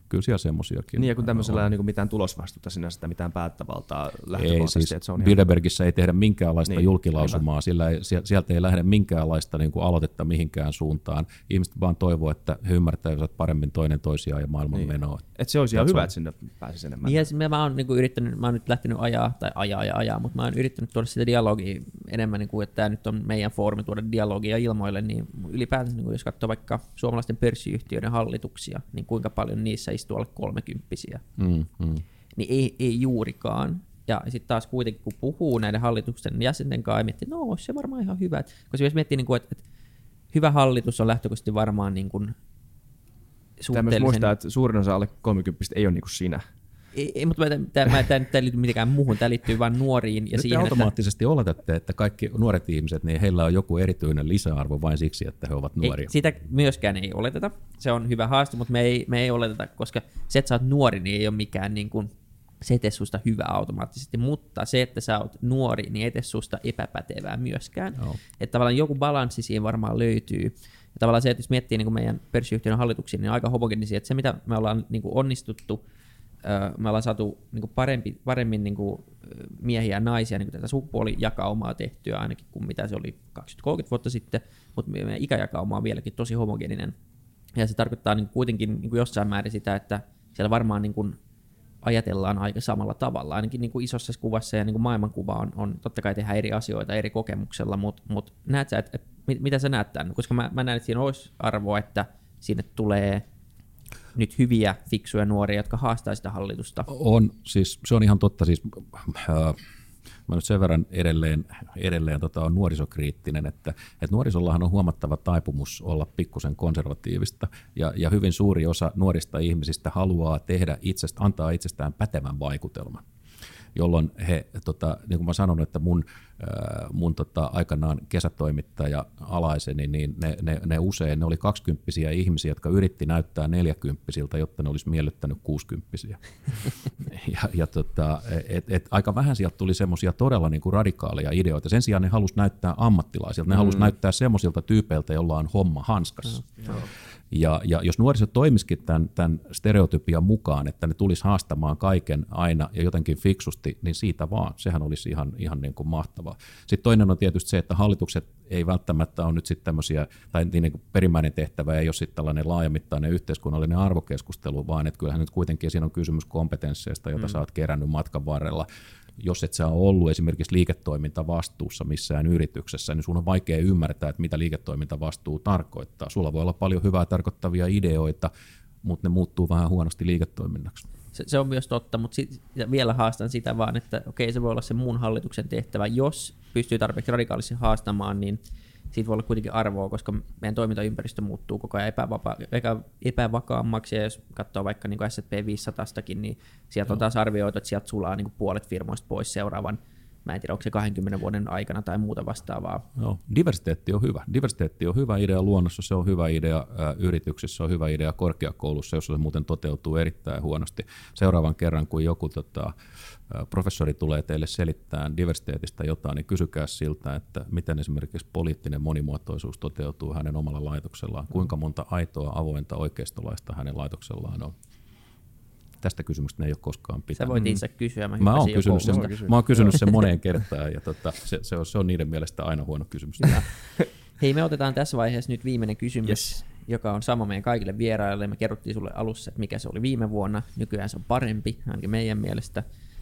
Kyllä siellä semmoisiakin. Niin ja kun tämmöisellä ei ole niin mitään tulosvastuuta sinänsä, mitään päättävaltaa ei, lähtökohtaisesti. siis että se on Bilderbergissä ei tehdä minkäänlaista niin, julkilausumaa, sillä sieltä ei lähde minkäänlaista niin kuin aloitetta mihinkään suuntaan. Ihmiset vaan toivoo, että he ymmärtäisivät paremmin toinen toisiaan ja maailman niin. menoa. Että se olisi ihan hyvä, että sinne pääsisi enemmän. Niin ja mä oon niinku yrittänyt, mä oon nyt lähtenyt ajaa, mutta mä oon yrittänyt tuoda sitä dialogia enemmän, niin kuin, että tämä nyt on meidän foorumi tuoda dialogia ilmoille, niin ylipäätään niin jos katsoo vaikka suomalaisten pörssiyhtiöiden hallituksia, niin kuinka paljon niissä istuu alle 30-vuotiaita. Niin ei juurikaan. Ja sitten taas kuitenkin, kun puhuu näiden hallituksen jäsenten kanssa, miettii, että no, se varmaan ihan hyvä. Koska jos miettii, että hyvä hallitus on lähtökohtaisesti varmaan niin kuin suhteellisen... Tämä myös muistaa, että suurin osa alle 30 ei ole niin kuin sinä. Ei, mutta tämä ei liity mitenkään muuhun, tämä liittyy vain nuoriin. Ja nyt siihen, te automaattisesti oletatte, että kaikki nuoret ihmiset, niin heillä on joku erityinen lisäarvo vain siksi, että he ovat nuoria. Sitä myöskään ei oleteta. Se on hyvä haaste, mutta me ei oleteta, koska se, että sä oot nuori, niin ei ole mikään niin kuin, se ei tee susta hyvää automaattisesti, mutta se, että sä oot nuori, niin ei tee susta epäpätevää myöskään. No. Että tavallaan joku balanssi siihen varmaan löytyy. Ja tavallaan se, että jos miettii niin kuin meidän pörssiyhtiön hallituksia, niin on aika homogenisia, että se, mitä me ollaan niin kuin onnistuttu, me ollaan saatu niin paremmin niin miehiä ja naisia niin tätä sukupuolijakaumaa tehtyä ainakin kuin mitä se oli 20-30 vuotta sitten, mutta meidän ikäjakauma on vieläkin tosi homogeninen. Ja se tarkoittaa niin kuitenkin niin jossain määrin sitä, että siellä varmaan niin ajatellaan aika samalla tavalla, ainakin niin isossa kuvassa ja niin maailmankuva on totta kai tehdä eri asioita eri kokemuksella, mutta näet sä, että mitä sä näet tämän? Koska mä näen, että siinä olisi arvoa, että sinne tulee nyt hyviä, fiksuja nuoria, jotka haastaa sitä hallitusta. Siis, se on ihan totta. Siis, mä nyt sen verran edelleen on nuorisokriittinen, että nuorisollahan on huomattava taipumus olla pikkusen konservatiivista, ja hyvin suuri osa nuorista ihmisistä haluaa antaa itsestään pätevän vaikutelman, jolloin he, niin kuin mä sanon, että mun aikanaan kesätoimittaja alaiseni, niin ne usein, ne oli 20-vuotiaita ihmisiä, jotka yritti näyttää 40-vuotiailta, jotta ne olisi miellyttänyt 60-vuotiaita. Aika vähän sieltä tuli semmoisia todella niin kuin radikaaleja ideoita. Sen sijaan ne halusi näyttää ammattilaisilta, ne halusi näyttää semmoisilta tyypeiltä, jolla on homma hanskassa. Ja jos nuoriso toimisikin tämän stereotypian mukaan, että ne tulisi haastamaan kaiken aina ja jotenkin fiksusti, niin siitä vaan. Sehän olisi ihan niin kuin mahtavaa. Sitten toinen on tietysti se, että hallitukset ei välttämättä ole nyt sitten tämmöisiä, tai niin kuin perimmäinen tehtävä ei ole sitten tällainen laajamittainen yhteiskunnallinen arvokeskustelu, vaan että kyllähän nyt kuitenkin siinä on kysymys kompetensseista, joita sä oot kerännyt matkan varrella. Jos et sä ole ollut esimerkiksi liiketoimintavastuussa missään yrityksessä, niin sun on vaikea ymmärtää, että mitä liiketoimintavastuu tarkoittaa. Sulla voi olla paljon hyvää tarkoittavia ideoita, mutta ne muuttuu vähän huonosti liiketoiminnaksi. Se on myös totta, mutta vielä haastan sitä vaan, että okei, se voi olla se muun hallituksen tehtävä. Jos pystyy tarpeeksi radikaalisti haastamaan, niin siitä voi olla kuitenkin arvoa, koska meidän toimintaympäristö muuttuu koko ajan epävakaammaksi, ja jos katsoo vaikka niin kuin S&P 500-stakin, niin sieltä on taas arvioitu, että sieltä sulaa niin kuin puolet firmoista pois seuraavan, mä en tiedä, onko se 20 vuoden aikana tai muuta vastaavaa. Joo, diversiteetti on hyvä. Diversiteetti on hyvä idea luonnossa, se on hyvä idea yrityksissä, se on hyvä idea korkeakoulussa, jos se muuten toteutuu erittäin huonosti. Seuraavan kerran, kun joku professori tulee teille selittämään diversiteetistä jotain, niin kysykää siltä, että miten esimerkiksi poliittinen monimuotoisuus toteutuu hänen omalla laitoksellaan, kuinka monta aitoa, avointa oikeistolaista hänen laitoksellaan on. Tästä kysymystä ne ei ole koskaan pitänyt. Sä voit itse kysyä. Mä oon kysynyt sen moneen kertaan, ja se on niiden mielestä aina huono kysymys. Hei, me otetaan tässä vaiheessa nyt viimeinen kysymys, joka on sama meidän kaikille vieraille. Me kerrottiin sulle alussa, että mikä se oli viime vuonna. Nykyään se on parempi, ainakin meidän mielestä.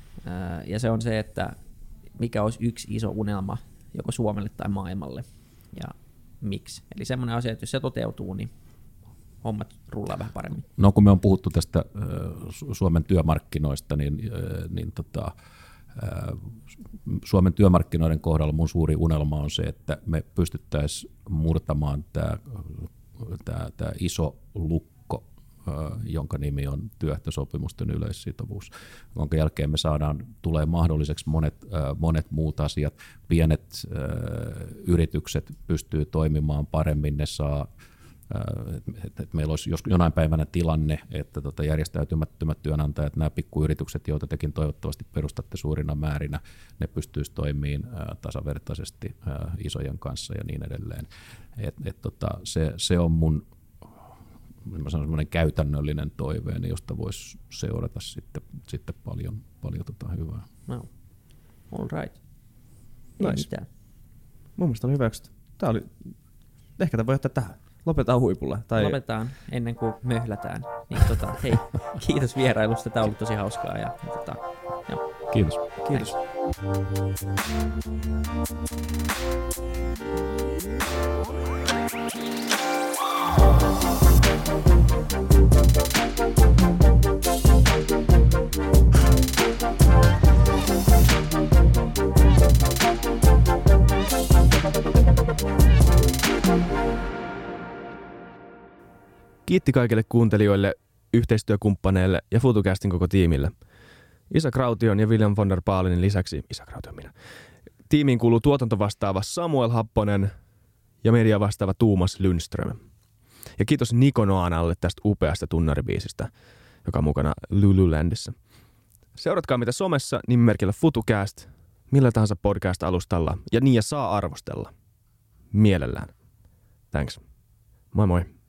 Ja se on se, että mikä olisi yksi iso unelma joko Suomelle tai maailmalle, ja miksi. Eli semmoinen asia, että jos se toteutuu, niin hommat rullaa vähän paremmin. No kun me on puhuttu tästä Suomen työmarkkinoista, niin Suomen työmarkkinoiden kohdalla mun suuri unelma on se, että me pystyttäisiin murtamaan tämä iso lukko, jonka nimi on työehtosopimusten yleissitovuus, jonka jälkeen me tulee mahdolliseksi monet muut asiat. Pienet yritykset pystyy toimimaan paremmin, ne saa että meillä olisi jonain päivänä tilanne, että järjestäytymättömät työnantajat, nämä pikkuyritykset, joita tekin toivottavasti perustatte suurina määrinä, ne pystyisi toimimaan tasavertaisesti isojen kanssa ja niin edelleen. Se on mun semmoinen käytännöllinen toiveeni, josta voisi seurata sitten paljon hyvää. No. All right. Nice. Mun mielestä oli hyväksytty. Ehkä tämä voi jättää tähän. Lopetetaan huipulla. Lopetetaan ennen kuin möhlätään. Niin, hei, kiitos vierailusta. Tämä on ollut tosi hauskaa. Ja, Kiitos. Kiitos. Kiitti kaikille kuuntelijoille, yhteistyökumppaneille ja FutuCastin koko tiimille. Isa Kraution ja William von der Baalinin lisäksi, tiimiin kuuluu tuotantovastaava Samuel Happonen ja mediavastaava Tuomas Lundström. Ja kiitos Niko Noanalle tästä upeasta tunnaribiisistä, joka on mukana Lululandissa. Seuratkaa mitä somessa nimimerkillä FutuCast, millä tahansa podcast-alustalla ja saa arvostella. Mielellään. Thanks. Moi moi.